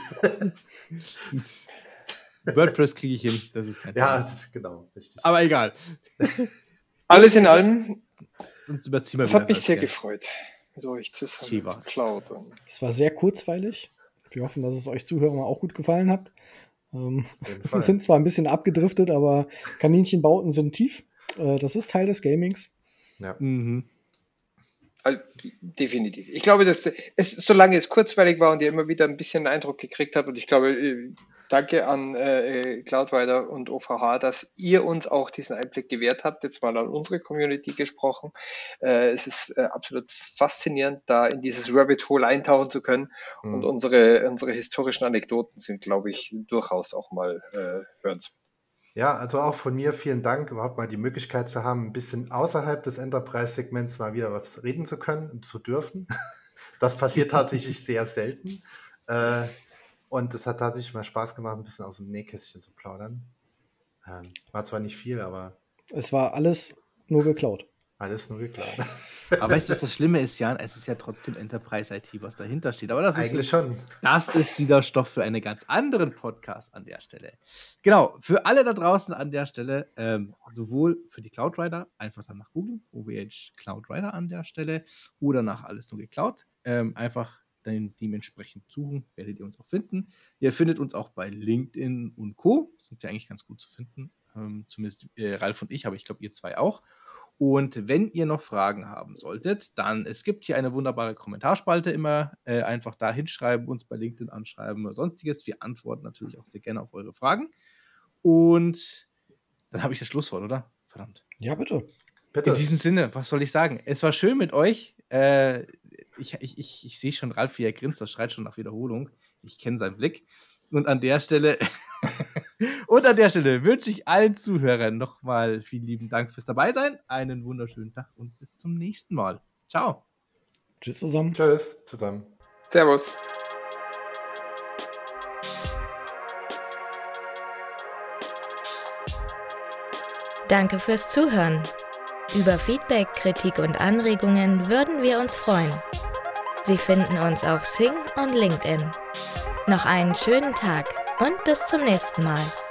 WordPress kriege ich hin, das ist kein Ja, Thema. genau, richtig. Aber egal. Alles in allem, Sonst überziehen wir es wieder hat mich was, sehr gell? gefreut, mit euch zusammen Chivas. zu plaudern. Es war sehr kurzweilig. Wir hoffen, dass es euch Zuhörern auch gut gefallen hat. Auf jeden Wir Fall. sind zwar ein bisschen abgedriftet, aber Kaninchenbauten sind tief. Das ist Teil des Gamings. Ja. Mhm. Also, definitiv. Ich glaube, dass solange es kurzweilig war und ihr immer wieder ein bisschen einen Eindruck gekriegt habt, und ich glaube, danke an Cloudrider und OVH, dass ihr uns auch diesen Einblick gewährt habt, jetzt mal an unsere Community gesprochen. Es ist absolut faszinierend, da in dieses Rabbit Hole eintauchen zu können. Mhm. Und unsere historischen Anekdoten sind, glaube ich, durchaus auch mal hörenswert. Ja, also auch von mir vielen Dank, überhaupt mal die Möglichkeit zu haben, ein bisschen außerhalb des Enterprise-Segments mal wieder was reden zu können und zu dürfen. Das passiert tatsächlich sehr selten. Und es hat tatsächlich mal Spaß gemacht, ein bisschen aus dem Nähkästchen zu plaudern. War zwar nicht viel, aber Es war alles nur geklaut. alles nur geklaut. Aber weißt du, was das Schlimme ist, Jan? Es ist ja trotzdem Enterprise IT, was dahinter steht. Aber das Eigentlich ist, schon. das ist wieder Stoff für einen ganz anderen Podcast an der Stelle. Genau, für alle da draußen an der Stelle, sowohl für die Cloudrider, einfach dann nach googeln, OVH Cloudrider an der Stelle, oder nach Alles nur geklaut. Einfach dann dementsprechend suchen, werdet ihr uns auch finden. Ihr findet uns auch bei LinkedIn und Co. Sind ja eigentlich ganz gut zu finden. Zumindest Ralf und ich, aber ich glaube, ihr zwei auch. Und wenn ihr noch Fragen haben solltet, dann, es gibt hier eine wunderbare Kommentarspalte immer, einfach da hinschreiben, uns bei LinkedIn anschreiben oder sonstiges. Wir antworten natürlich auch sehr gerne auf eure Fragen. Und dann habe ich das Schlusswort, oder? Verdammt. Ja, bitte. Bitte. In diesem Sinne, was soll ich sagen? Es war schön mit euch. Ich sehe schon Ralf, wie er grinst, das schreit schon nach Wiederholung. Ich kenne seinen Blick. Und an der Stelle wünsche ich allen Zuhörern nochmal vielen lieben Dank fürs Dabeisein. Einen wunderschönen Tag und bis zum nächsten Mal. Ciao. Tschüss zusammen. Tschüss zusammen. Servus. Danke fürs Zuhören. Über Feedback, Kritik und Anregungen würden wir uns freuen. Sie finden uns auf Xing und LinkedIn. Noch einen schönen Tag und bis zum nächsten Mal.